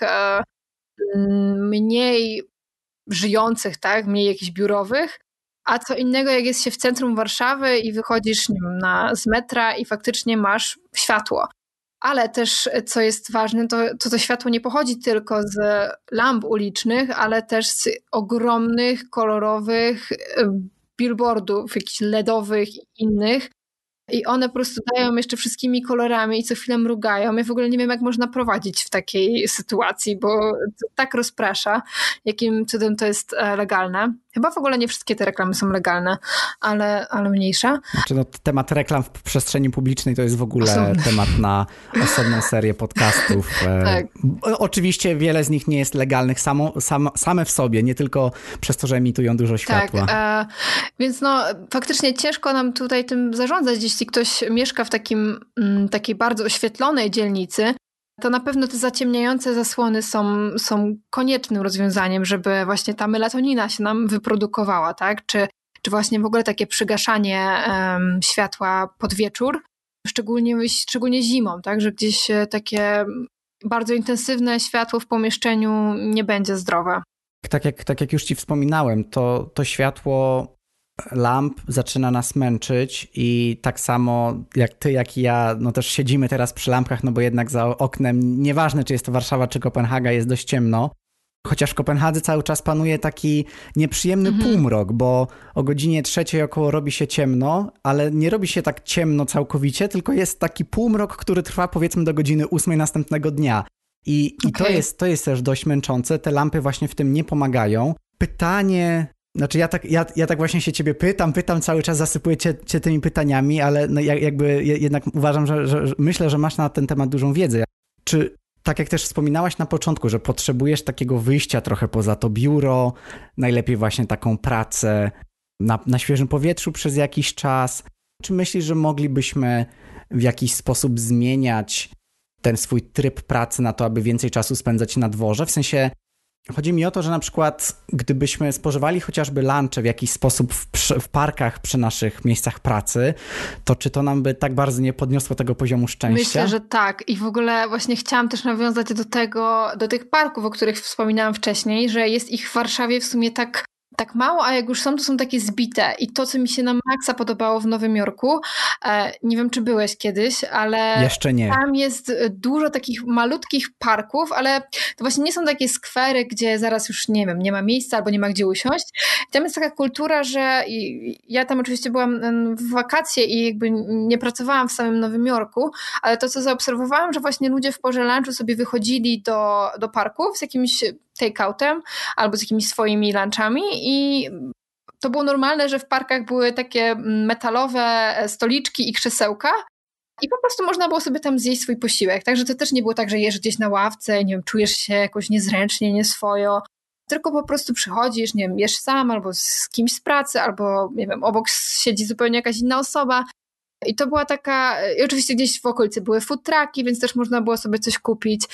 mniej żyjących, tak, mniej jakichś biurowych, a co innego jak jest się w centrum Warszawy i wychodzisz, nie wiem, z metra i faktycznie masz światło. Ale też, co jest ważne, to światło nie pochodzi tylko z lamp ulicznych, ale też z ogromnych, kolorowych billboardów, jakichś LEDowych i innych. I one po prostu dają jeszcze wszystkimi kolorami i co chwilę mrugają. Ja w ogóle nie wiem, jak można prowadzić w takiej sytuacji, bo to tak rozprasza, jakim cudem to jest legalne. Chyba w ogóle nie wszystkie te reklamy są legalne, ale mniejsza. Znaczy, temat reklam w przestrzeni publicznej to jest w ogóle temat na osobną serię podcastów. Tak. Oczywiście wiele z nich nie jest legalnych same w sobie, nie tylko przez to, że emitują dużo światła. Tak, więc faktycznie ciężko nam tutaj tym zarządzać. Jeśli ktoś mieszka w takiej bardzo oświetlonej dzielnicy, to na pewno te zaciemniające zasłony są koniecznym rozwiązaniem, żeby właśnie ta melatonina się nam wyprodukowała, tak? Czy właśnie w ogóle takie przygaszanie światła pod wieczór, szczególnie zimą, tak? Że gdzieś takie bardzo intensywne światło w pomieszczeniu nie będzie zdrowe. Tak jak już ci wspominałem, to światło lamp zaczyna nas męczyć i tak samo jak ty, jak i ja, też siedzimy teraz przy lampkach, bo jednak za oknem, nieważne czy jest to Warszawa czy Kopenhaga, jest dość ciemno. Chociaż w Kopenhadze cały czas panuje taki nieprzyjemny półmrok, bo o godzinie 3 około robi się ciemno, ale nie robi się tak ciemno całkowicie, tylko jest taki półmrok, który trwa powiedzmy do godziny 8 następnego dnia. I to jest też dość męczące, te lampy właśnie w tym nie pomagają. Pytanie... Znaczy ja tak właśnie się ciebie pytam cały czas, zasypuję cię tymi pytaniami, ale jakby jednak uważam, że myślę, że masz na ten temat dużą wiedzę. Czy tak jak też wspominałaś na początku, że potrzebujesz takiego wyjścia trochę poza to biuro, najlepiej właśnie taką pracę na świeżym powietrzu przez jakiś czas. Czy myślisz, że moglibyśmy w jakiś sposób zmieniać ten swój tryb pracy na to, aby więcej czasu spędzać na dworze? W sensie chodzi mi o to, że na przykład gdybyśmy spożywali chociażby lunche w jakiś sposób w parkach przy naszych miejscach pracy, to czy to nam by tak bardzo nie podniosło tego poziomu szczęścia? Myślę, że tak. I w ogóle właśnie chciałam też nawiązać do tych parków, o których wspominałam wcześniej, że jest ich w Warszawie w sumie tak mało, a jak już są, to są takie zbite. I to, co mi się na maksa podobało w Nowym Jorku, nie wiem, czy byłeś kiedyś, ale jeszcze nie. Tam jest dużo takich malutkich parków, ale to właśnie nie są takie skwery, gdzie zaraz już, nie wiem, nie ma miejsca albo nie ma gdzie usiąść. I tam jest taka kultura, że ja tam oczywiście byłam w wakacje i jakby nie pracowałam w samym Nowym Jorku, ale to, co zaobserwowałam, że właśnie ludzie w porze lunchu sobie wychodzili do parków z jakimś take-outem albo z jakimiś swoimi lunchami i to było normalne, że w parkach były takie metalowe stoliczki i krzesełka i po prostu można było sobie tam zjeść swój posiłek. Także to też nie było tak, że jesz gdzieś na ławce, nie wiem, czujesz się jakoś niezręcznie, nieswojo, tylko po prostu przychodzisz, nie wiem, jesz sam albo z kimś z pracy, albo nie wiem, obok siedzi zupełnie jakaś inna osoba. I to była taka, i oczywiście gdzieś w okolicy były food trucki, więc też można było sobie coś kupić.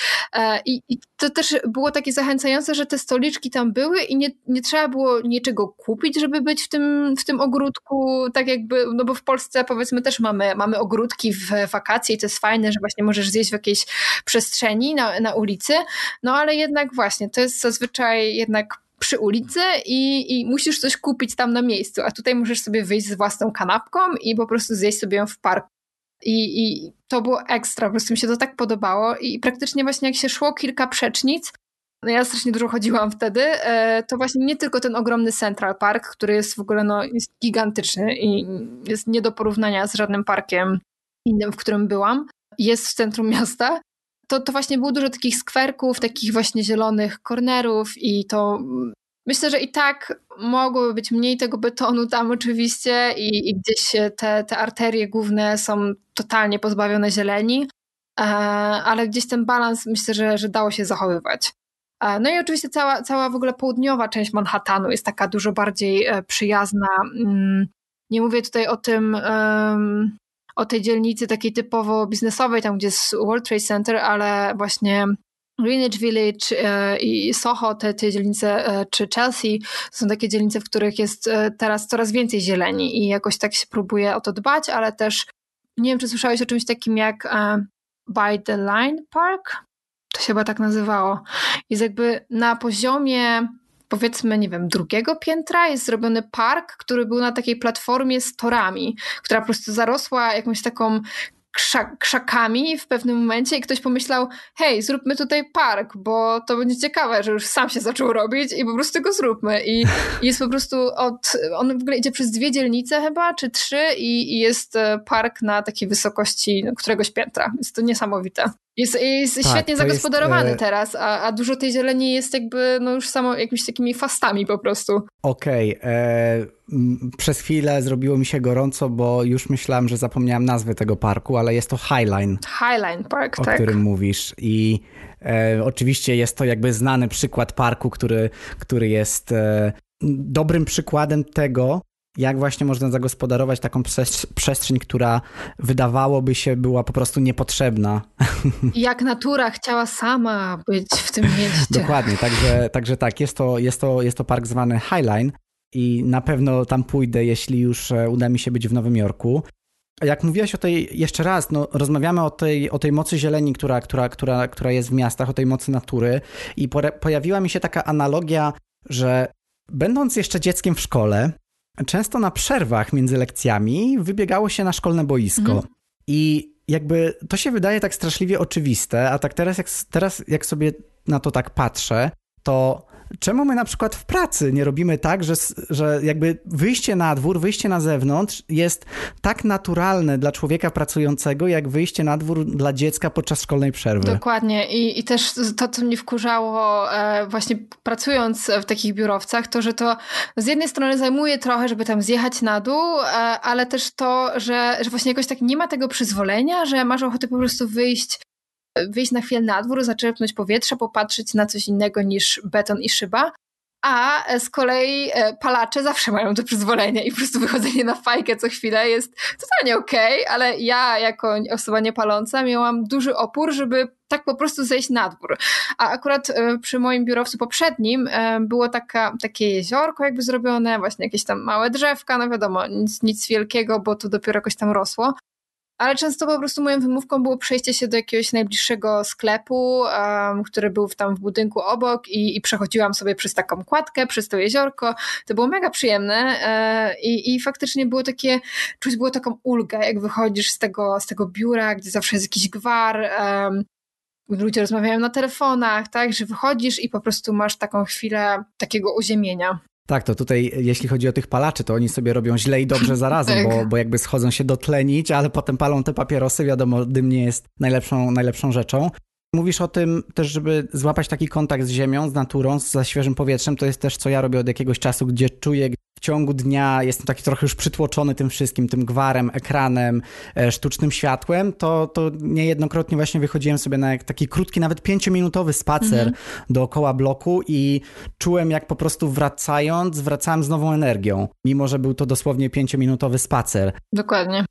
I to też było takie zachęcające, że te stoliczki tam były i nie trzeba było niczego kupić, żeby być w tym ogródku, tak jakby, no bo w Polsce powiedzmy też mamy ogródki w wakacje i to jest fajne, że właśnie możesz zjeść w jakiejś przestrzeni na ulicy, no ale jednak właśnie, to jest zazwyczaj jednak przy ulicy i musisz coś kupić tam na miejscu, a tutaj możesz sobie wyjść z własną kanapką i po prostu zjeść sobie ją w parku. I to było ekstra, po prostu mi się to tak podobało i praktycznie właśnie jak się szło kilka przecznic, no ja strasznie dużo chodziłam wtedy, to właśnie nie tylko ten ogromny Central Park, który jest w ogóle jest gigantyczny i jest nie do porównania z żadnym parkiem innym, w którym byłam, jest w centrum miasta, to właśnie było dużo takich skwerków, takich właśnie zielonych kornerów i to Myślę, że i tak mogłoby być mniej tego betonu tam oczywiście i gdzieś te arterie główne są totalnie pozbawione zieleni, ale gdzieś ten balans myślę, że dało się zachowywać. No i oczywiście cała w ogóle południowa część Manhattanu jest taka dużo bardziej przyjazna. Nie mówię tutaj o tej dzielnicy takiej typowo biznesowej, tam gdzie jest World Trade Center, ale właśnie Greenwich Village i Soho, te dzielnice, czy Chelsea, są takie dzielnice, w których jest teraz coraz więcej zieleni i jakoś tak się próbuje o to dbać, ale też nie wiem, czy słyszałeś o czymś takim jak By the Line Park? To się chyba tak nazywało. Jest jakby na poziomie, powiedzmy, nie wiem, 2. piętra jest zrobiony park, który był na takiej platformie z torami, która po prostu zarosła jakąś taką krzakami w pewnym momencie i ktoś pomyślał, hej, zróbmy tutaj park, bo to będzie ciekawe, że już sam się zaczął robić i po prostu go zróbmy. I jest po prostu on w ogóle idzie przez 2 dzielnice chyba, czy 3 i jest park na takiej wysokości któregoś piętra. Jest to niesamowite. Jest tak, świetnie zagospodarowany teraz, a dużo tej zieleni jest jakby no już samo jakimiś takimi fastami po prostu. Okej. Przez chwilę zrobiło mi się gorąco, bo już myślałem, że zapomniałem nazwy tego parku, ale jest to Highline. Highline Park, tak. O którym mówisz. I oczywiście jest to jakby znany przykład parku, który jest dobrym przykładem tego, jak właśnie można zagospodarować taką przestrzeń, która wydawałoby się była po prostu niepotrzebna. Jak natura chciała sama być w tym mieście. Dokładnie, także tak, jest to park zwany Highline i na pewno tam pójdę, jeśli już uda mi się być w Nowym Jorku. Jak mówiłaś jeszcze raz, no, rozmawiamy o tej mocy zieleni, która jest w miastach, o tej mocy natury i pojawiła mi się taka analogia, że będąc jeszcze dzieckiem w szkole, często na przerwach między lekcjami wybiegało się na szkolne boisko. I jakby to się wydaje tak straszliwie oczywiste, a tak teraz jak sobie na to tak patrzę, to czemu my na przykład w pracy nie robimy tak, że jakby wyjście na dwór, wyjście na zewnątrz jest tak naturalne dla człowieka pracującego, jak wyjście na dwór dla dziecka podczas szkolnej przerwy. Dokładnie. I też to, co mnie wkurzało właśnie pracując w takich biurowcach, to, że to z jednej strony zajmuje trochę, żeby tam zjechać na dół, ale też to, że właśnie jakoś tak nie ma tego przyzwolenia, że masz ochotę po prostu wyjść na chwilę na dwór, zaczerpnąć powietrza, popatrzeć na coś innego niż beton i szyba, a z kolei palacze zawsze mają to przyzwolenie i po prostu wychodzenie na fajkę co chwilę jest totalnie okej, ale ja jako osoba niepaląca miałam duży opór, żeby tak po prostu zejść na dwór. A akurat przy moim biurowcu poprzednim było takie jeziorko jakby zrobione, właśnie jakieś tam małe drzewka, no wiadomo, nic wielkiego, bo to dopiero jakoś tam rosło. Ale często po prostu moją wymówką było przejście się do jakiegoś najbliższego sklepu, który był tam w budynku obok i przechodziłam sobie przez taką kładkę, przez to jeziorko. To było mega przyjemne i faktycznie było czuć było taką ulgę, jak wychodzisz z tego biura, gdzie zawsze jest jakiś gwar, ludzie rozmawiają na telefonach, tak, że wychodzisz i po prostu masz taką chwilę takiego uziemienia. Tak, to tutaj jeśli chodzi o tych palaczy, to oni sobie robią źle i dobrze zarazem, tak. bo jakby schodzą się dotlenić, ale potem palą te papierosy, wiadomo, dym nie jest najlepszą rzeczą. Mówisz o tym też, żeby złapać taki kontakt z ziemią, z naturą, ze świeżym powietrzem, to jest też co ja robię od jakiegoś czasu, gdzie czuję w ciągu dnia, jestem taki trochę już przytłoczony tym wszystkim, tym gwarem, ekranem, sztucznym światłem, to niejednokrotnie właśnie wychodziłem sobie na taki krótki, nawet 5-minutowy spacer dookoła bloku i czułem jak po prostu wracałem z nową energią, mimo że był to dosłownie 5-minutowy spacer. Dokładnie.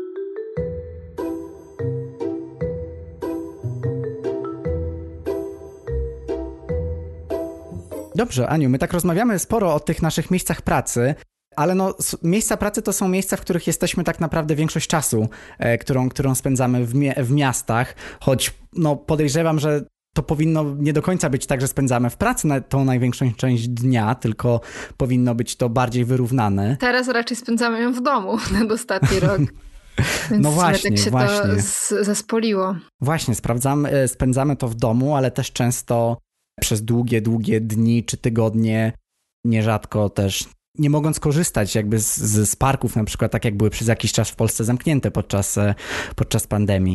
Dobrze, Aniu, my tak rozmawiamy sporo o tych naszych miejscach pracy, ale no, miejsca pracy to są miejsca, w których jesteśmy tak naprawdę większość czasu, którą spędzamy w miastach, choć no, podejrzewam, że to powinno nie do końca być tak, że spędzamy w pracy tą największą część dnia, tylko powinno być to bardziej wyrównane. Teraz raczej spędzamy ją w domu ten ostatni rok. Więc no właśnie, tak się to zespoliło. Właśnie, spędzamy to w domu, ale też często przez długie dni czy tygodnie, nierzadko też nie mogąc korzystać jakby z parków na przykład, tak jak były przez jakiś czas w Polsce zamknięte podczas pandemii.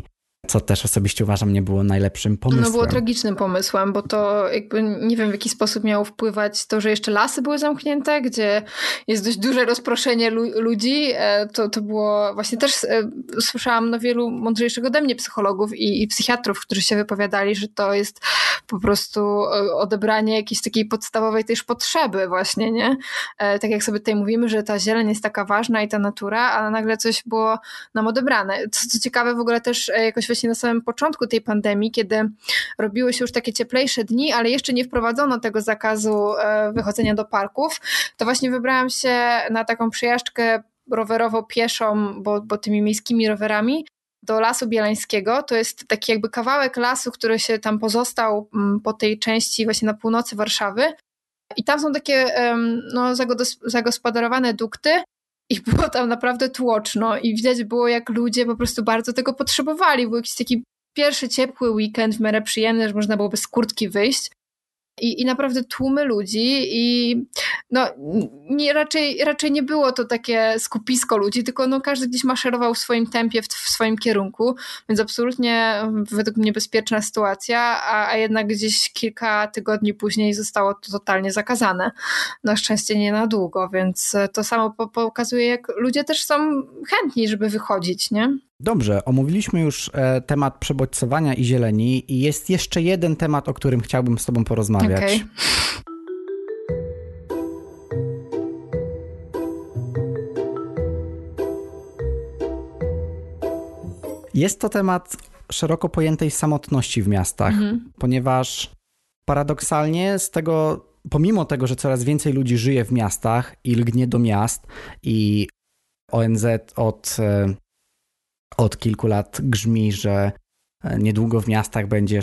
co też osobiście uważam nie było najlepszym pomysłem. No było tragicznym pomysłem, bo to jakby nie wiem w jaki sposób miało wpływać to, że jeszcze lasy były zamknięte, gdzie jest dość duże rozproszenie ludzi. To było właśnie też słyszałam wielu mądrzejszych ode mnie psychologów i psychiatrów, którzy się wypowiadali, że to jest po prostu odebranie jakiejś takiej podstawowej też potrzeby właśnie, nie? Tak jak sobie tutaj mówimy, że ta zieleń jest taka ważna i ta natura, a nagle coś było nam odebrane. Co ciekawe w ogóle też jakoś właśnie na samym początku tej pandemii, kiedy robiły się już takie cieplejsze dni, ale jeszcze nie wprowadzono tego zakazu wychodzenia do parków, to właśnie wybrałam się na taką przejażdżkę rowerowo-pieszą, bo tymi miejskimi rowerami do Lasu Bielańskiego. To jest taki jakby kawałek lasu, który się tam pozostał po tej części właśnie na północy Warszawy. I tam są takie zagospodarowane dukty i było tam naprawdę tłoczno i widać było, jak ludzie po prostu bardzo tego potrzebowali. Był jakiś taki pierwszy ciepły weekend, w miarę przyjemny, że można było bez kurtki wyjść. I naprawdę tłumy ludzi i no raczej nie było to takie skupisko ludzi, tylko każdy gdzieś maszerował w swoim tempie, w swoim kierunku, więc absolutnie według mnie bezpieczna sytuacja, a jednak gdzieś kilka tygodni później zostało to totalnie zakazane. Na szczęście nie na długo, więc to samo pokazuje, jak ludzie też są chętni, żeby wychodzić, nie? Dobrze, omówiliśmy już temat przebodźcowania i zieleni i jest jeszcze jeden temat, o którym chciałbym z tobą porozmawiać. Okay. Jest to temat szeroko pojętej samotności w miastach, ponieważ paradoksalnie pomimo tego, że coraz więcej ludzi żyje w miastach i lgnie do miast i ONZ od kilku lat grzmi, że niedługo w miastach będzie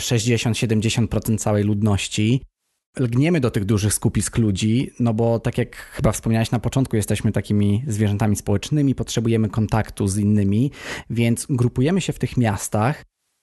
60-70% całej ludności. Lgniemy do tych dużych skupisk ludzi, no bo tak jak chyba wspomniałeś na początku, jesteśmy takimi zwierzętami społecznymi, potrzebujemy kontaktu z innymi, więc grupujemy się w tych miastach,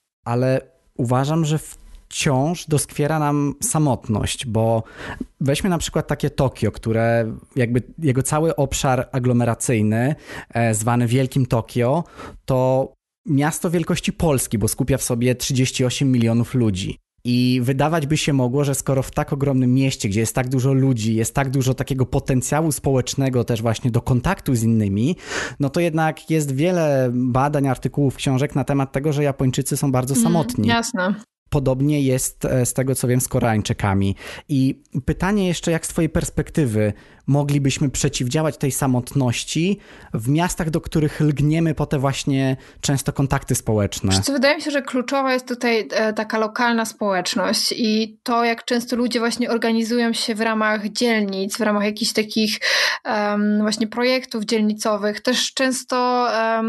ale uważam, że wciąż doskwiera nam samotność, bo weźmy na przykład takie Tokio, które jakby jego cały obszar aglomeracyjny, zwany Wielkim Tokio, to miasto wielkości Polski, bo skupia w sobie 38 milionów ludzi. I wydawać by się mogło, że skoro w tak ogromnym mieście, gdzie jest tak dużo ludzi, jest tak dużo takiego potencjału społecznego też właśnie do kontaktu z innymi, no to jednak jest wiele badań, artykułów, książek na temat tego, że Japończycy są bardzo samotni. Jasne. Podobnie jest z tego, co wiem, z Koreańczykami. I pytanie jeszcze, jak z twojej perspektywy moglibyśmy przeciwdziałać tej samotności w miastach, do których lgniemy po te właśnie często kontakty społeczne? Wydaje mi się, że kluczowa jest tutaj taka lokalna społeczność i to, jak często ludzie właśnie organizują się w ramach dzielnic, w ramach jakichś takich właśnie projektów dzielnicowych. Też często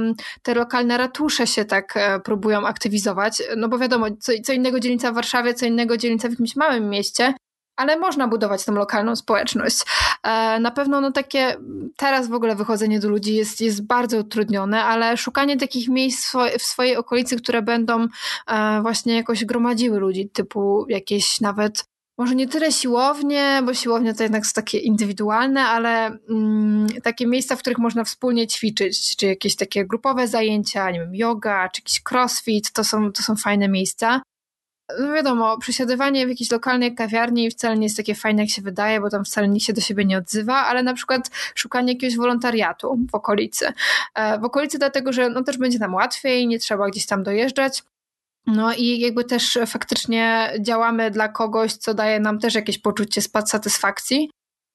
te lokalne ratusze się tak próbują aktywizować, no bo wiadomo, co innego dzielnica w Warszawie, co innego dzielnica w jakimś małym mieście, ale można budować tą lokalną społeczność. Na pewno takie teraz w ogóle wychodzenie do ludzi jest bardzo utrudnione, ale szukanie takich miejsc w swojej okolicy, które będą właśnie jakoś gromadziły ludzi, typu jakieś nawet może nie tyle siłownie, bo siłownie to jednak są takie indywidualne, ale takie miejsca, w których można wspólnie ćwiczyć, czy jakieś takie grupowe zajęcia, nie wiem, yoga, czy jakiś crossfit, to są fajne miejsca. No wiadomo, przesiadywanie w jakiejś lokalnej kawiarni wcale nie jest takie fajne, jak się wydaje, bo tam wcale nikt się do siebie nie odzywa, ale na przykład szukanie jakiegoś wolontariatu w okolicy. W okolicy dlatego, że też będzie nam łatwiej, nie trzeba gdzieś tam dojeżdżać. No i jakby też faktycznie działamy dla kogoś, co daje nam też jakieś poczucie satysfakcji.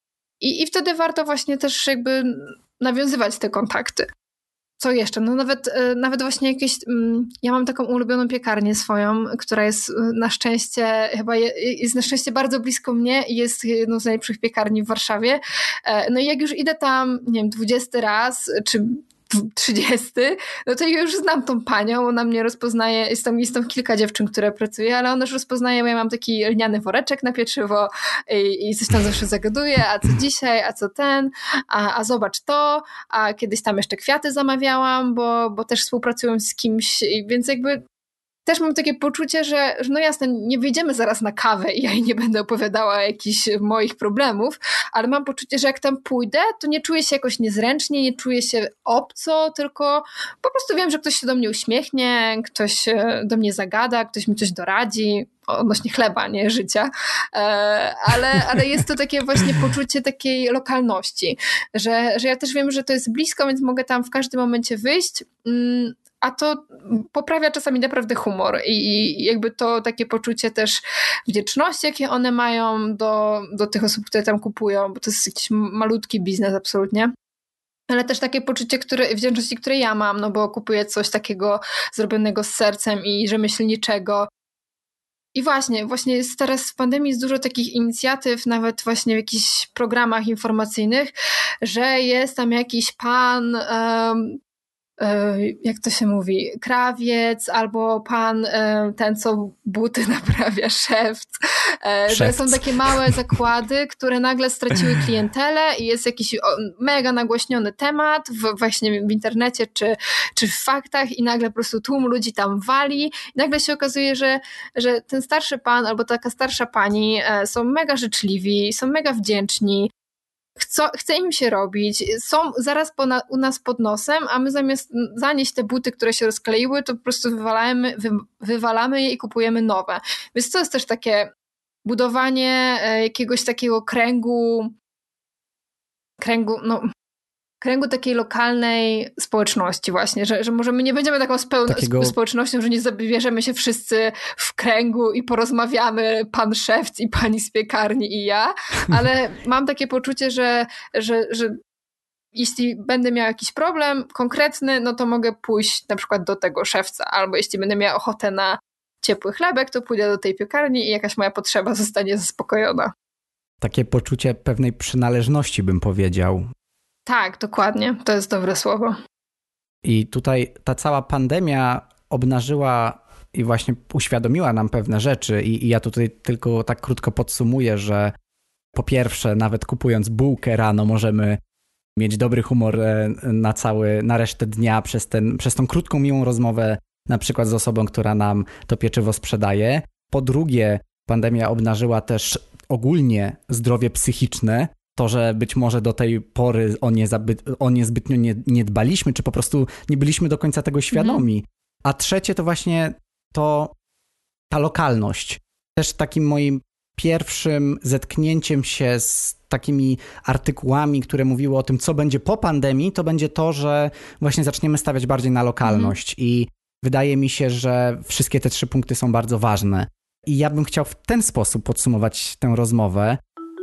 I wtedy warto właśnie też jakby nawiązywać te kontakty. Co jeszcze? No nawet właśnie jakieś... Ja mam taką ulubioną piekarnię swoją, która jest na szczęście jest na szczęście bardzo blisko mnie i jest jedną z najlepszych piekarni w Warszawie. No i jak już idę tam, nie wiem, 20 raz, czy 30, no to ja już znam tą panią, ona mnie rozpoznaje, jest tam kilka dziewczyn, które pracuje, ale ona już rozpoznaje, bo ja mam taki lniany woreczek na pieczywo i coś tam zawsze zagaduje, a co dzisiaj, a co ten, a zobacz to, a kiedyś tam jeszcze kwiaty zamawiałam, bo też współpracują z kimś, więc jakby też mam takie poczucie, że no jasne, nie wyjdziemy zaraz na kawę i ja jej nie będę opowiadała jakichś moich problemów, ale mam poczucie, że jak tam pójdę, to nie czuję się jakoś niezręcznie, nie czuję się obco, tylko po prostu wiem, że ktoś się do mnie uśmiechnie, ktoś do mnie zagada, ktoś mi coś doradzi, odnośnie chleba, nie życia, ale jest to takie właśnie poczucie takiej lokalności, że ja też wiem, że to jest blisko, więc mogę tam w każdym momencie wyjść, a to poprawia czasami naprawdę humor i jakby to takie poczucie też wdzięczności, jakie one mają do tych osób, które tam kupują, bo to jest jakiś malutki biznes absolutnie. Ale też takie poczucie wdzięczności, które ja mam, no bo kupuję coś takiego zrobionego z sercem i rzemieślniczego. I właśnie jest teraz w pandemii jest dużo takich inicjatyw, nawet właśnie w jakichś programach informacyjnych, że jest tam jakiś pan, jak to się mówi, krawiec albo pan ten, co buty naprawia, szewc. Że są takie małe zakłady, które nagle straciły klientelę i jest jakiś mega nagłośniony temat właśnie w internecie czy w faktach i nagle po prostu tłum ludzi tam wali i nagle się okazuje, że ten starszy pan albo taka starsza pani są mega życzliwi, są mega wdzięczni, chce im się robić, są zaraz u nas pod nosem, a my zamiast zanieść te buty, które się rozkleiły, to po prostu wywalamy je i kupujemy nowe. Więc to jest też takie budowanie jakiegoś takiego kręgu takiej lokalnej społeczności właśnie, że może my nie będziemy taką społecznością, że nie zabierzemy się wszyscy w kręgu i porozmawiamy, pan szewc i pani z piekarni i ja, ale mam takie poczucie, że jeśli będę miała jakiś problem konkretny, no to mogę pójść na przykład do tego szewca, albo jeśli będę miała ochotę na ciepły chlebek, to pójdę do tej piekarni i jakaś moja potrzeba zostanie zaspokojona. Takie poczucie pewnej przynależności, bym powiedział. Tak, dokładnie. To jest dobre słowo. I tutaj ta cała pandemia obnażyła i właśnie uświadomiła nam pewne rzeczy i ja tutaj tylko tak krótko podsumuję, że po pierwsze, nawet kupując bułkę rano możemy mieć dobry humor na resztę dnia przez tą krótką, miłą rozmowę na przykład z osobą, która nam to pieczywo sprzedaje. Po drugie, pandemia obnażyła też ogólnie zdrowie psychiczne, to, że być może do tej pory o nie zbytnio nie dbaliśmy, czy po prostu nie byliśmy do końca tego świadomi. A trzecie to właśnie ta lokalność. Też takim moim pierwszym zetknięciem się z takimi artykułami, które mówiły o tym, co będzie po pandemii, to będzie to, że właśnie zaczniemy stawiać bardziej na lokalność. I wydaje mi się, że wszystkie te 3 punkty są bardzo ważne. I ja bym chciał w ten sposób podsumować tę rozmowę.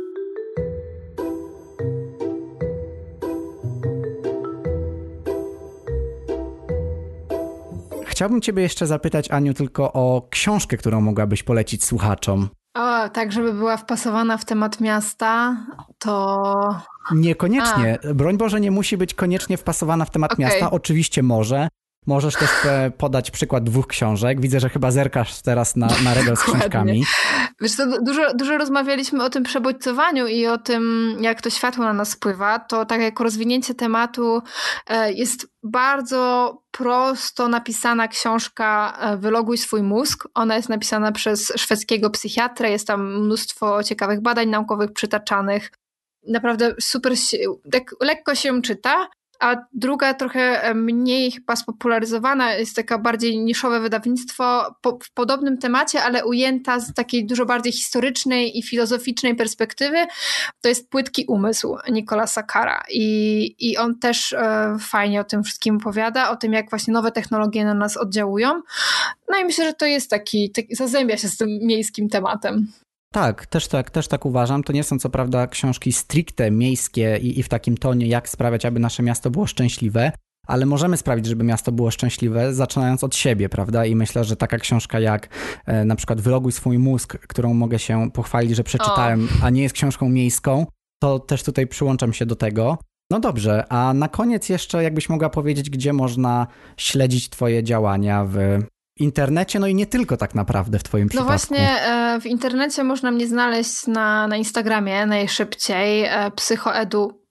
Chciałbym ciebie jeszcze zapytać, Aniu, tylko o książkę, którą mogłabyś polecić słuchaczom. O, tak, żeby była wpasowana w temat miasta, to... Niekoniecznie. Broń Boże, nie musi być koniecznie wpasowana w temat miasta. Oczywiście może. Możesz też podać przykład 2 książek. Widzę, że chyba zerkasz teraz na regał z książkami. Wiesz co, dużo rozmawialiśmy o tym przebodźcowaniu i o tym, jak to światło na nas wpływa. To tak jak rozwinięcie tematu jest bardzo prosto napisana książka Wyloguj swój mózg. Ona jest napisana przez szwedzkiego psychiatrę. Jest tam mnóstwo ciekawych badań naukowych przytaczanych. Naprawdę super, tak lekko się czyta. A druga, trochę mniej chyba spopularyzowana, jest taka bardziej niszowe wydawnictwo w podobnym temacie, ale ujęta z takiej dużo bardziej historycznej i filozoficznej perspektywy. To jest Płytki umysł Nicolasa Carra i on też fajnie o tym wszystkim opowiada, o tym, jak właśnie nowe technologie na nas oddziałują. No i myślę, że to jest taki zazębia się z tym miejskim tematem. Tak, też tak uważam. To nie są co prawda książki stricte miejskie i w takim tonie, jak sprawiać, aby nasze miasto było szczęśliwe, ale możemy sprawić, żeby miasto było szczęśliwe, zaczynając od siebie, prawda? I myślę, że taka książka jak na przykład Wyloguj swój mózg, którą mogę się pochwalić, że przeczytałem, a nie jest książką miejską, to też tutaj przyłączam się do tego. No dobrze, a na koniec jeszcze jakbyś mogła powiedzieć, gdzie można śledzić twoje działania w internecie, no i nie tylko tak naprawdę w twoim przypadku. No właśnie w internecie można mnie znaleźć na Instagramie najszybciej, psychoedu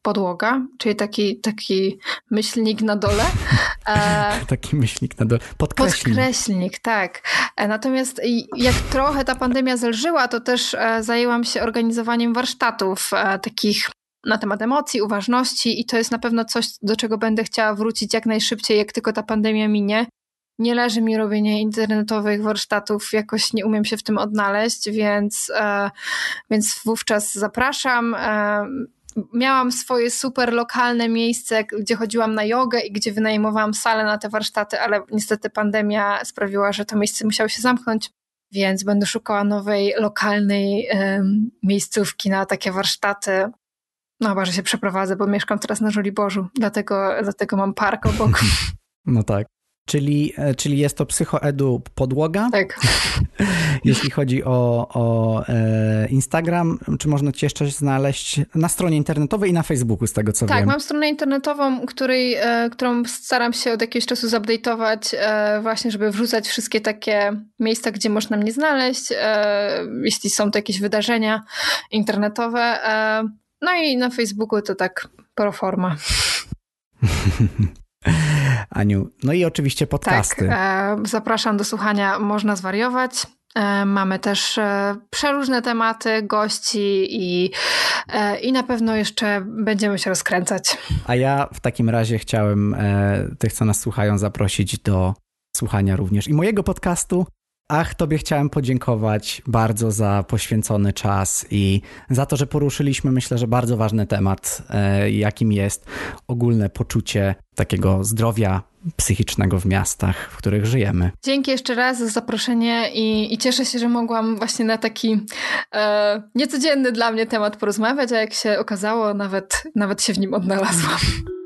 podłoga, czyli taki myślnik na dole. Taki myślnik na dole. Podkreślnik, tak. Natomiast jak trochę ta pandemia zelżyła, to też zajęłam się organizowaniem warsztatów takich na temat emocji, uważności i to jest na pewno coś, do czego będę chciała wrócić jak najszybciej, jak tylko ta pandemia minie. Nie leży mi robienie internetowych warsztatów, jakoś nie umiem się w tym odnaleźć, więc wówczas zapraszam. Miałam swoje super lokalne miejsce, gdzie chodziłam na jogę i gdzie wynajmowałam salę na te warsztaty, ale niestety pandemia sprawiła, że to miejsce musiało się zamknąć, więc będę szukała nowej, lokalnej miejscówki na takie warsztaty. No chyba, że się przeprowadzę, bo mieszkam teraz na Żoliborzu, dlatego mam park obok. No tak. Czyli jest to psychoedu podłoga? Tak. Jeśli chodzi o Instagram, czy można cię jeszcze znaleźć na stronie internetowej i na Facebooku, z tego co wiem? Tak, mam stronę internetową, którą staram się od jakiegoś czasu zupdate'ować, właśnie żeby wrzucać wszystkie takie miejsca, gdzie można mnie znaleźć, jeśli są to jakieś wydarzenia internetowe. No i na Facebooku to tak pro forma. Aniu, no i oczywiście podcasty. Tak, zapraszam do słuchania Można zwariować. Mamy też przeróżne tematy, gości i na pewno jeszcze będziemy się rozkręcać. A ja w takim razie chciałem tych, co nas słuchają, zaprosić do słuchania również i mojego podcastu. Tobie chciałem podziękować bardzo za poświęcony czas i za to, że poruszyliśmy, myślę, że bardzo ważny temat, jakim jest ogólne poczucie takiego zdrowia psychicznego w miastach, w których żyjemy. Dzięki jeszcze raz za zaproszenie i cieszę się, że mogłam właśnie na taki niecodzienny dla mnie temat porozmawiać, a jak się okazało, nawet się w nim odnalazłam.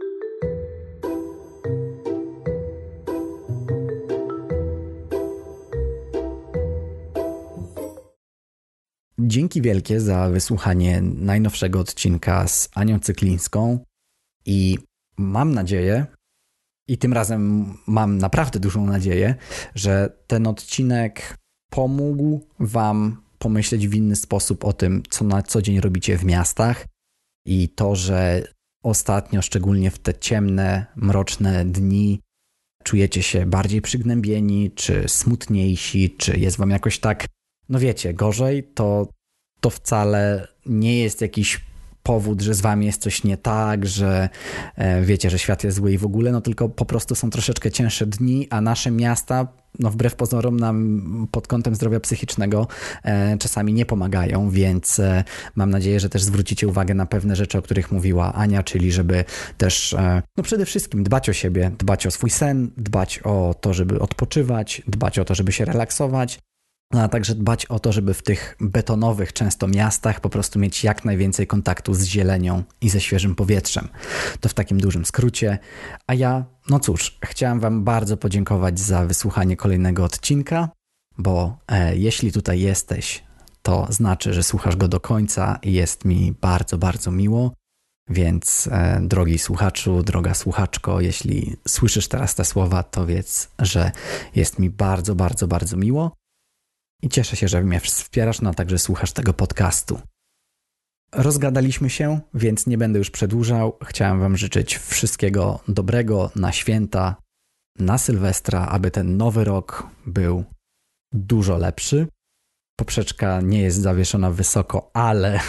Dzięki wielkie za wysłuchanie najnowszego odcinka z Anią Cyklińską i mam nadzieję, i tym razem mam naprawdę dużą nadzieję, że ten odcinek pomógł wam pomyśleć w inny sposób o tym, co na co dzień robicie w miastach i to, że ostatnio, szczególnie w te ciemne, mroczne dni, czujecie się bardziej przygnębieni, czy smutniejsi, czy jest wam jakoś tak, no wiecie, gorzej, to wcale nie jest jakiś powód, że z wami jest coś nie tak, że wiecie, że świat jest zły i w ogóle, no tylko po prostu są troszeczkę cięższe dni, a nasze miasta, no wbrew pozorom nam pod kątem zdrowia psychicznego czasami nie pomagają, więc mam nadzieję, że też zwrócicie uwagę na pewne rzeczy, o których mówiła Ania, czyli żeby też no przede wszystkim dbać o siebie, dbać o swój sen, dbać o to, żeby odpoczywać, dbać o to, żeby się relaksować, a także dbać o to, żeby w tych betonowych często miastach po prostu mieć jak najwięcej kontaktu z zielenią i ze świeżym powietrzem. To w takim dużym skrócie. A ja, no cóż, chciałem wam bardzo podziękować za wysłuchanie kolejnego odcinka, bo jeśli tutaj jesteś, to znaczy, że słuchasz go do końca i jest mi bardzo, bardzo miło. Więc drogi słuchaczu, droga słuchaczko, jeśli słyszysz teraz te słowa, to wiedz, że jest mi bardzo, bardzo, bardzo miło. I cieszę się, że mnie wspierasz, no a także słuchasz tego podcastu. Rozgadaliśmy się, więc nie będę już przedłużał. Chciałem wam życzyć wszystkiego dobrego na święta, na Sylwestra, aby ten nowy rok był dużo lepszy. Poprzeczka nie jest zawieszona wysoko, ale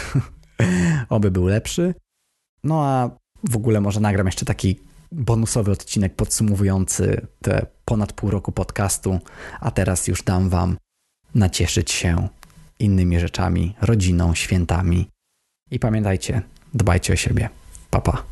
oby był lepszy. No a w ogóle może nagram jeszcze taki bonusowy odcinek podsumowujący te ponad pół roku podcastu, a teraz już dam wam nacieszyć się innymi rzeczami, rodziną, świętami. I pamiętajcie, dbajcie o siebie. Pa, pa.